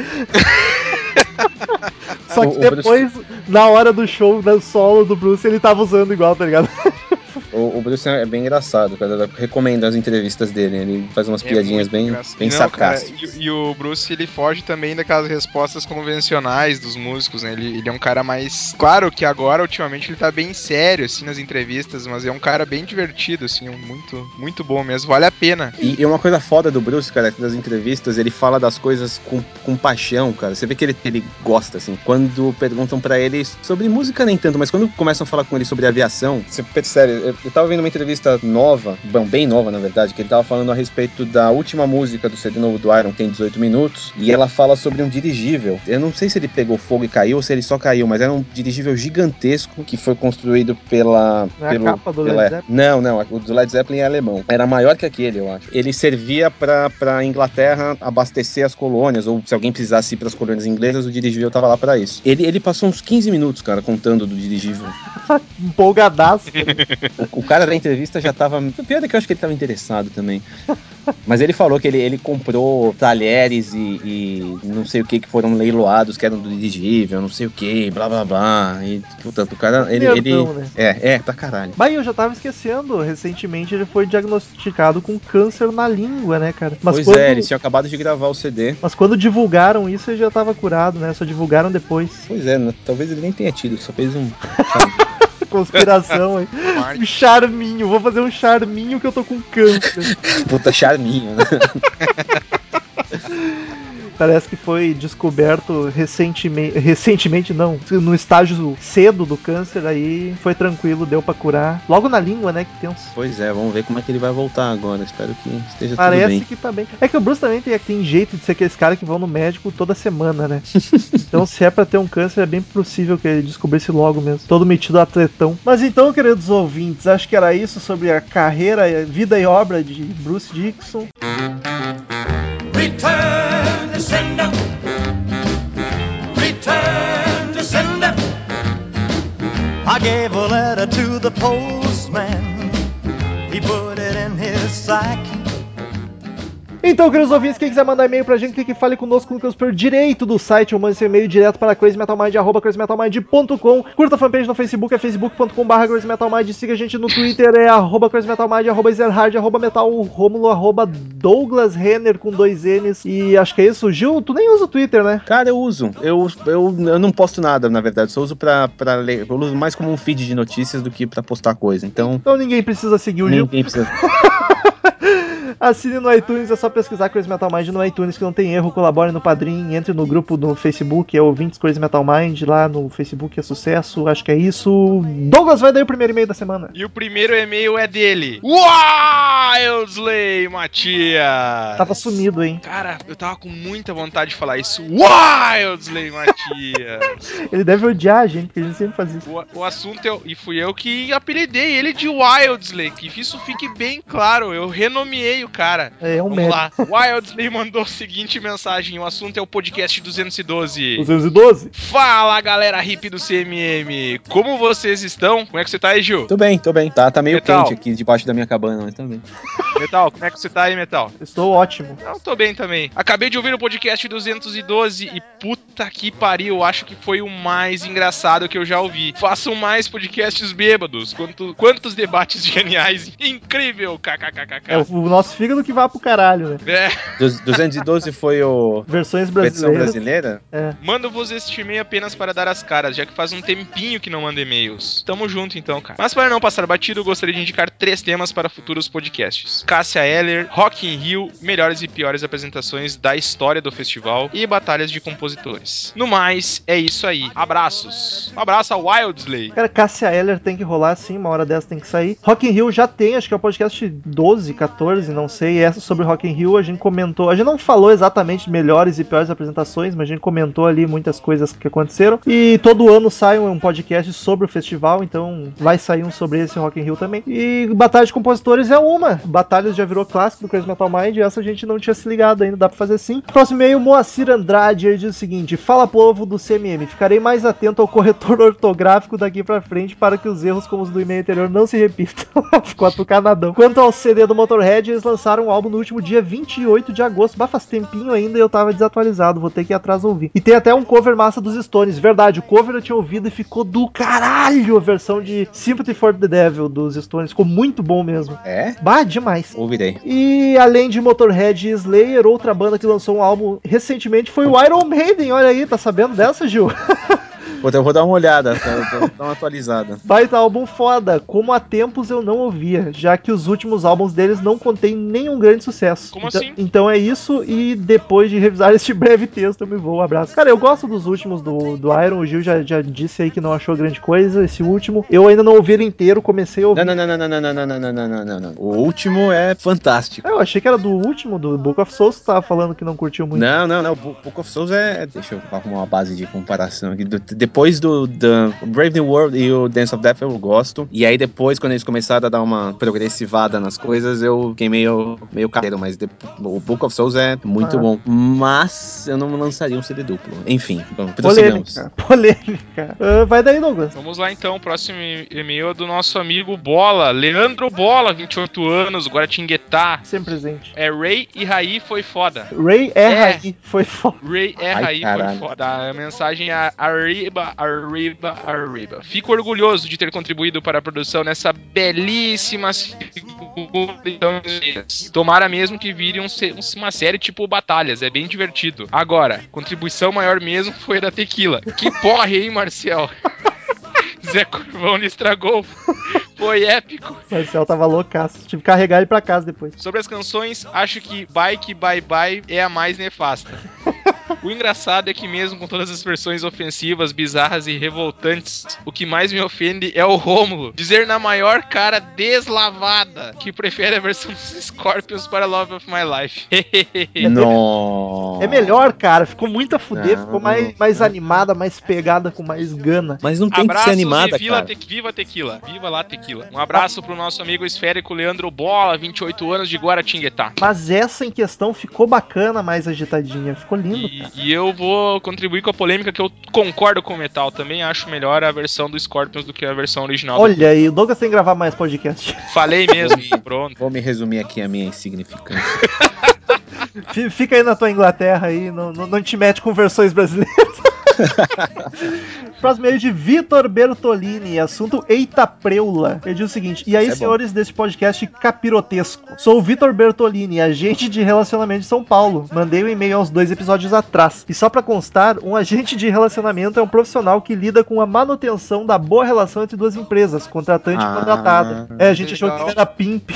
Só que O- o depois, na hora do show, no solo do Bruce, ele tava usando igual, tá ligado? O, o Bruce é bem engraçado, cara. Eu recomendo as entrevistas dele. Ele faz umas É piadinhas muito bem, engraçado. bem E não, cara, sarcásticas. e, e o Bruce, ele foge também daquelas respostas convencionais dos músicos, né? Ele, ele é um cara mais... Claro que agora, ultimamente, ele tá bem sério, assim, nas entrevistas, mas é um cara bem divertido, assim, um muito, muito bom mesmo. Vale a pena. E, e uma coisa foda do Bruce, cara, é que nas entrevistas ele fala das coisas com, com paixão, cara. Você vê que ele, ele gosta, assim. Quando perguntam pra ele sobre música, nem tanto, mas quando começam a falar com ele sobre aviação, você percebe. Eu, eu tava vendo uma entrevista nova, bom, bem nova, na verdade, que ele tava falando a respeito da última música do C D novo do Iron, que tem dezoito minutos, e ela fala sobre um dirigível. Eu não sei se ele pegou fogo e caiu ou se ele só caiu, mas era um dirigível gigantesco que foi construído pela... Não é a pelo, capa do pela- Led Zeppelin? Não, não, o do Led Zeppelin é alemão. Era maior que aquele, eu acho. Ele servia pra, pra Inglaterra abastecer as colônias, ou se alguém precisasse ir pras colônias inglesas, o dirigível tava lá pra isso. Ele, ele passou uns quinze minutos, cara, contando do dirigível. Empolgadaço. O, o cara da entrevista já tava... O pior é que eu acho que ele tava interessado também. Mas ele falou que ele, ele comprou talheres e, e não sei o que que foram leiloados, que eram do dirigível, não sei o que, blá blá blá. E, portanto, o cara, ele... ele Nerdão, né? é, é, pra caralho. Mas eu já tava esquecendo, recentemente ele foi diagnosticado com câncer na língua, né, cara? Mas pois quando, é, eles tinham acabado de gravar o C D. mas quando divulgaram isso, ele já tava curado, né? Só divulgaram depois. Pois é, né? Talvez ele nem tenha tido, só fez um... Conspiração aí. Um charminho, vou fazer um charminho que eu tô com câncer. Puta charminho, né? Parece que foi descoberto recentemente, recentemente não, no estágio cedo do câncer, aí foi tranquilo, deu pra curar. Logo na língua, né, que tenso. Pois é, vamos ver como é que ele vai voltar agora. Espero que esteja Parece tudo bem. que tá bem. É que o Bruce também tem, tem jeito de ser aqueles caras que vão no médico toda semana, né? Então, se é pra ter um câncer, é bem possível que ele descobrisse logo mesmo. Todo metido atletão. Mas então, queridos ouvintes, acho que era isso sobre a carreira, vida e obra de Bruce Dickinson. Return to sender. Return to sender. I gave a letter to the postman. He put it in his sack. Então, queridos ouvintes, quem quiser mandar e-mail pra gente, clique e fale conosco no campo direito do site, ou mande seu e-mail direto para crazymetalmind, arroba crazymetalmind ponto com. Curta a fanpage no Facebook, é facebook ponto com barra crazymetalmind. Siga a gente no Twitter, é arroba crazymetalmind, arroba zerhard, arroba metalromulo, arroba Douglas Renner com dois N's. E acho que é isso. Gil, tu nem usa o Twitter, né? Cara, eu uso. Eu, eu, eu não posto nada, na verdade. Só uso pra, pra ler. Eu uso mais como um feed de notícias do que pra postar coisa. Então, Então ninguém precisa seguir o Gil. ninguém precisa. Assine no iTunes, é só pesquisar Crazy Metal Mind no iTunes que não tem erro, colabore no Padrim, entre no grupo do Facebook, é ouvintes Crazy Metal Mind, lá no Facebook é sucesso, acho que é isso. Douglas, vai daí o primeiro e-mail da semana. E o primeiro e-mail é dele, Wildsley Matias. Tava sumido, hein? Cara, eu tava com muita vontade de falar isso, Wildsley Matias. Ele deve odiar a gente, porque a gente sempre faz isso. O, o assunto é, e fui eu que apelidei ele de Wildsley, que isso fique bem claro, eu renomeei o cara. É, é um Vamos médico. lá. Wildsley mandou a seguinte mensagem, o assunto é o podcast duzentos e doze. duzentos e doze? Fala, galera hippie do C M M, como vocês estão? Como é que você tá aí, Gil? Tô bem, tô bem. Tá, tá meio Metal. quente aqui debaixo da minha cabana, mas tá bem. Metal, como é que você tá aí, Metal? Estou ótimo. Não, tô bem também. Acabei de ouvir o podcast duzentos e doze e puta que pariu, acho que foi o mais engraçado que eu já ouvi. Façam mais podcasts bêbados. Quanto, quantos debates geniais. Incrível, kkkk. É o, o nosso fígado que vai pro caralho, né? É. Du- duzentos e doze foi o... Versões versão brasileiras. brasileira? É. Mando-vos este e-mail apenas para dar as caras, já que faz um tempinho que não mando e-mails. Tamo junto então, cara. Mas para não passar batido, eu gostaria de indicar três temas para futuros podcasts. Cássia Eller, Rock in Rio, melhores e piores apresentações da história do festival e batalhas de compositores. No mais, é isso aí. Abraços. Um abraço ao Wildsley. Cara, Cássia Eller tem que rolar sim, uma hora dessa tem que sair. Rock in Rio já tem, acho que é o podcast doze, catorze, não sei. Essa sobre Rock in Rio a gente comentou. A gente não falou exatamente de melhores e piores apresentações, mas a gente comentou ali muitas coisas que aconteceram. E todo ano sai um podcast sobre o festival, então vai sair um sobre esse Rock in Rio também. E Batalha de Compositores é uma. Batalhas já virou clássico do Crazy Metal Mind, e essa a gente não tinha se ligado ainda, dá pra fazer sim. Próximo e-mail, Moacir Andrade, ele diz o seguinte: fala povo do C M M, ficarei mais atento ao corretor ortográfico daqui pra frente para que os erros como os do e-mail anterior não se repitam. Ficou pro Canadão. Quanto ao C D do Motorhead, eles lançaram um álbum no último dia vinte e oito de agosto. Bah, faz tempinho ainda e eu tava desatualizado, vou ter que ir atrás ouvir. E tem até um cover massa dos Stones, verdade, o cover eu tinha ouvido e ficou do caralho, a versão de Sympathy for the Devil dos Stones, ficou muito bom mesmo. É? Bah, demais. Ouvirei. E além de Motorhead e Slayer, outra banda que lançou um álbum recentemente foi o Iron Maiden, olha aí, tá sabendo dessa, Gil? Vou, eu vou dar uma olhada, tá? Vou dar uma atualizada. Baita álbum foda, como há tempos eu não ouvia, já que os últimos álbuns deles não contêm nenhum grande sucesso. Como então, assim? Então é isso, e depois de revisar este breve texto eu me vou, um abraço. Cara, eu gosto dos últimos do, do Iron, o Gil já, já disse aí que não achou grande coisa, esse último. Eu ainda não ouvi ele inteiro, comecei a ouvir. Não, não, não, não, não, não, não, não, não, não, não, não. O último é fantástico. Eu achei que era do último, do Book of Souls, que tava falando que não curtiu muito. Não, não, não. O Book of Souls é... Deixa eu arrumar uma base de comparação aqui. Do, depois do, do Brave New World e o Dance of Death eu gosto. E aí depois, quando eles começaram a dar uma progressivada nas coisas, eu fiquei meio, meio careiro. Mas de, o Book of Souls é muito Ah. bom. Mas eu não lançaria um C D duplo. Enfim, vamos, prossigamos. Polêmica, polêmica. Uh, vai daí, Douglas. Vamos lá então, o próximo e-mail é do nosso amigo Bola, Leandro Bola, vinte e oito anos, Guaratinguetá. Sempre presente. É Ray e Raí foi foda. Ray é, É. Raí, foi foda. Ray é Ai, Raí foi caralho. foda. A mensagem é arriba, arriba, arriba. Fico orgulhoso de ter contribuído para a produção nessa belíssima segunda edição. Tomara mesmo que vire um, uma série tipo Batalhas, é bem divertido. Agora, contribuição maior mesmo foi a da Tequila. Que porra, hein, Marcel? Zé Corvão lhe estragou. Foi épico. Marcel tava loucaço. Tive que carregar ele pra casa depois. Sobre as canções, acho que Bike Bye Bye é a mais nefasta. O engraçado é que mesmo com todas as versões ofensivas, bizarras e revoltantes, o que mais me ofende é o Rômulo dizer na maior cara deslavada que prefere a versão dos Scorpions para Love of My Life. Não. É melhor, cara. Ficou muito a fuder, Não. ficou mais, mais animada, mais pegada, com mais gana. Mas não tem Abraços que ser animada, e Vila cara. Te... Viva Tequila. Viva lá Tequila. Um abraço pro nosso amigo esférico Leandro Bola, vinte e oito anos, de Guaratinguetá. Mas essa em questão ficou bacana, mais agitadinha. Ficou lindo, E, cara. e eu vou contribuir com a polêmica que eu concordo com o Metal. Também acho melhor a versão do Scorpions do que a versão original. Olha aí, o Douglas tem que gravar mais podcast. Falei mesmo. Pronto. Vou me resumir aqui a minha insignificância. Fica aí na tua Inglaterra aí, não, não, não te mete com versões brasileiras. Próximo meio de Vitor Bertolini, assunto Eita Preula. Ele diz o seguinte: e aí, Isso é senhores desse podcast capirotesco? Sou o Vitor Bertolini, agente de relacionamento de São Paulo. Mandei um e-mail há uns dois episódios atrás. E só pra constar, um agente de relacionamento é um profissional que lida com a manutenção da boa relação entre duas empresas, contratante Ah, e contratado. É, a gente achou que ele era pimp.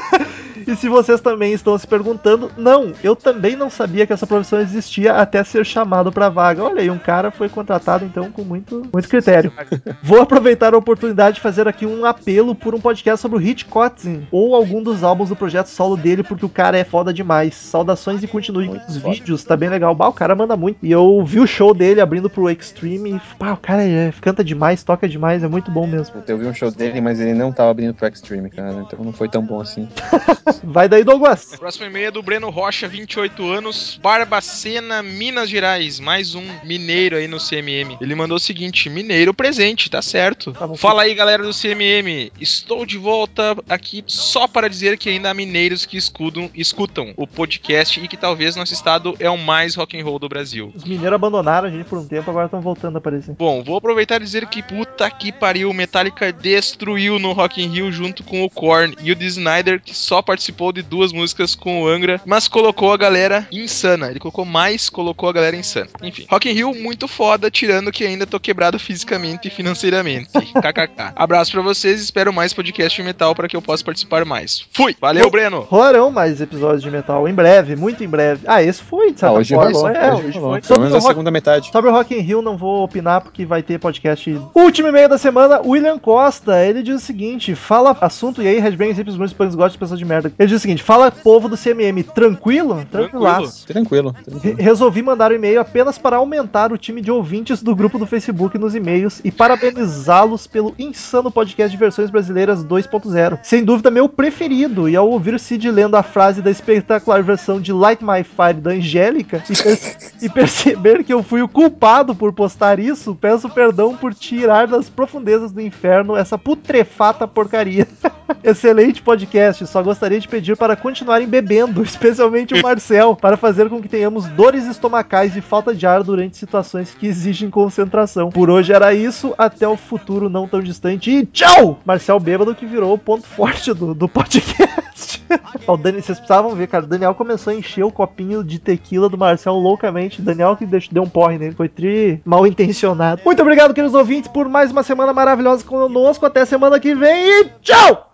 E se vocês também estão se perguntando, não, eu também não sabia que essa profissão existia até ser chamado pra vaga. Olha aí, um cara foi contratado então com muito, muito critério. Vou aproveitar a oportunidade de fazer aqui um apelo por um podcast sobre o Hit Kotzen ou algum dos álbuns do projeto solo dele, porque o cara é foda demais. Saudações e continue com os vídeos, tá bem legal. Bah, o cara manda muito. E eu vi o show dele abrindo pro Extreme e, pá, o cara é, canta demais, toca demais, é muito bom mesmo. Eu vi um show dele, mas ele não tava abrindo pro Extreme, cara. Então não foi tão bom assim. Vai daí, Douglas. Próximo e-mail é do Breno Rocha, vinte e oito anos, Barbacena, Minas Gerais. Mais um mineiro aí no C M M. Ele mandou o seguinte: mineiro presente, tá certo. Tá bom. Fala aí, galera do C M M. Estou de volta aqui só para dizer que ainda há mineiros que escutam, escutam o podcast e que talvez nosso estado é o mais rock and roll do Brasil. Os mineiros abandonaram a gente por um tempo, agora estão voltando a aparecer. Bom, vou aproveitar e dizer que puta que pariu, o Metallica destruiu no Rock in Rio junto com o Korn e o Dee Snider, que só participou de duas músicas com o Angra, mas colocou a galera insana. Ele colocou mais, colocou a galera insana. Enfim, Rock in Rio muito foda, tirando que ainda tô quebrado fisicamente e financeiramente. Kkk. Abraço pra vocês, espero mais podcast de metal para que eu possa participar mais. Fui! Valeu, Breno! Rolarão mais episódios de metal, em breve, muito em breve. Ah, esse foi, de certa Ah, hoje forma. rolou, É, hoje hoje rolou. foi. Pelo Sobre menos o a Rock- segunda metade. Sobre o Rock in Rio não vou opinar porque vai ter podcast. Último e-mail da semana, William Costa. Ele diz o seguinte: fala assunto, e aí, Redbang, hips, muitos pães, gosta de pessoas de merda. Ele diz o seguinte: fala povo do C M M, tranquilo? Tranquilaço. Tranquilo. Re- tranquilo. Resolvi mandar o e-mail apenas para aumentar o time de ouvintes do grupo do Facebook nos e-mails e parabenizá-los pelo insano podcast de versões brasileiras dois ponto zero. Sem dúvida, meu preferido. E ao ouvir o Cid lendo a frase da espetacular versão de Light My Fire da Angélica e, per- e perceber que eu fui o culpado por postar isso, peço perdão por tirar das profundezas do inferno essa putrefata porcaria. Excelente podcast, só gostaria de pedir para continuarem bebendo, especialmente o Marcel, para fazer com que tenhamos dores estomacais e falta de ar durante situações que exigem concentração. Por hoje era isso, até o futuro não tão distante e tchau! Marcel bêbado, que virou o ponto forte do, do podcast. Ó, o Dani, vocês precisavam ver, cara, o Daniel começou a encher o copinho de tequila do Marcel loucamente. Daniel que deu, deu um porre nele, foi tri mal intencionado. Muito obrigado, queridos ouvintes, por mais uma semana maravilhosa conosco. Até semana que vem e tchau!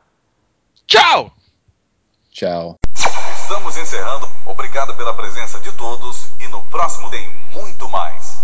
Tchau! Tchau. Estamos encerrando. Obrigado pela presença de todos e no próximo tem muito mais.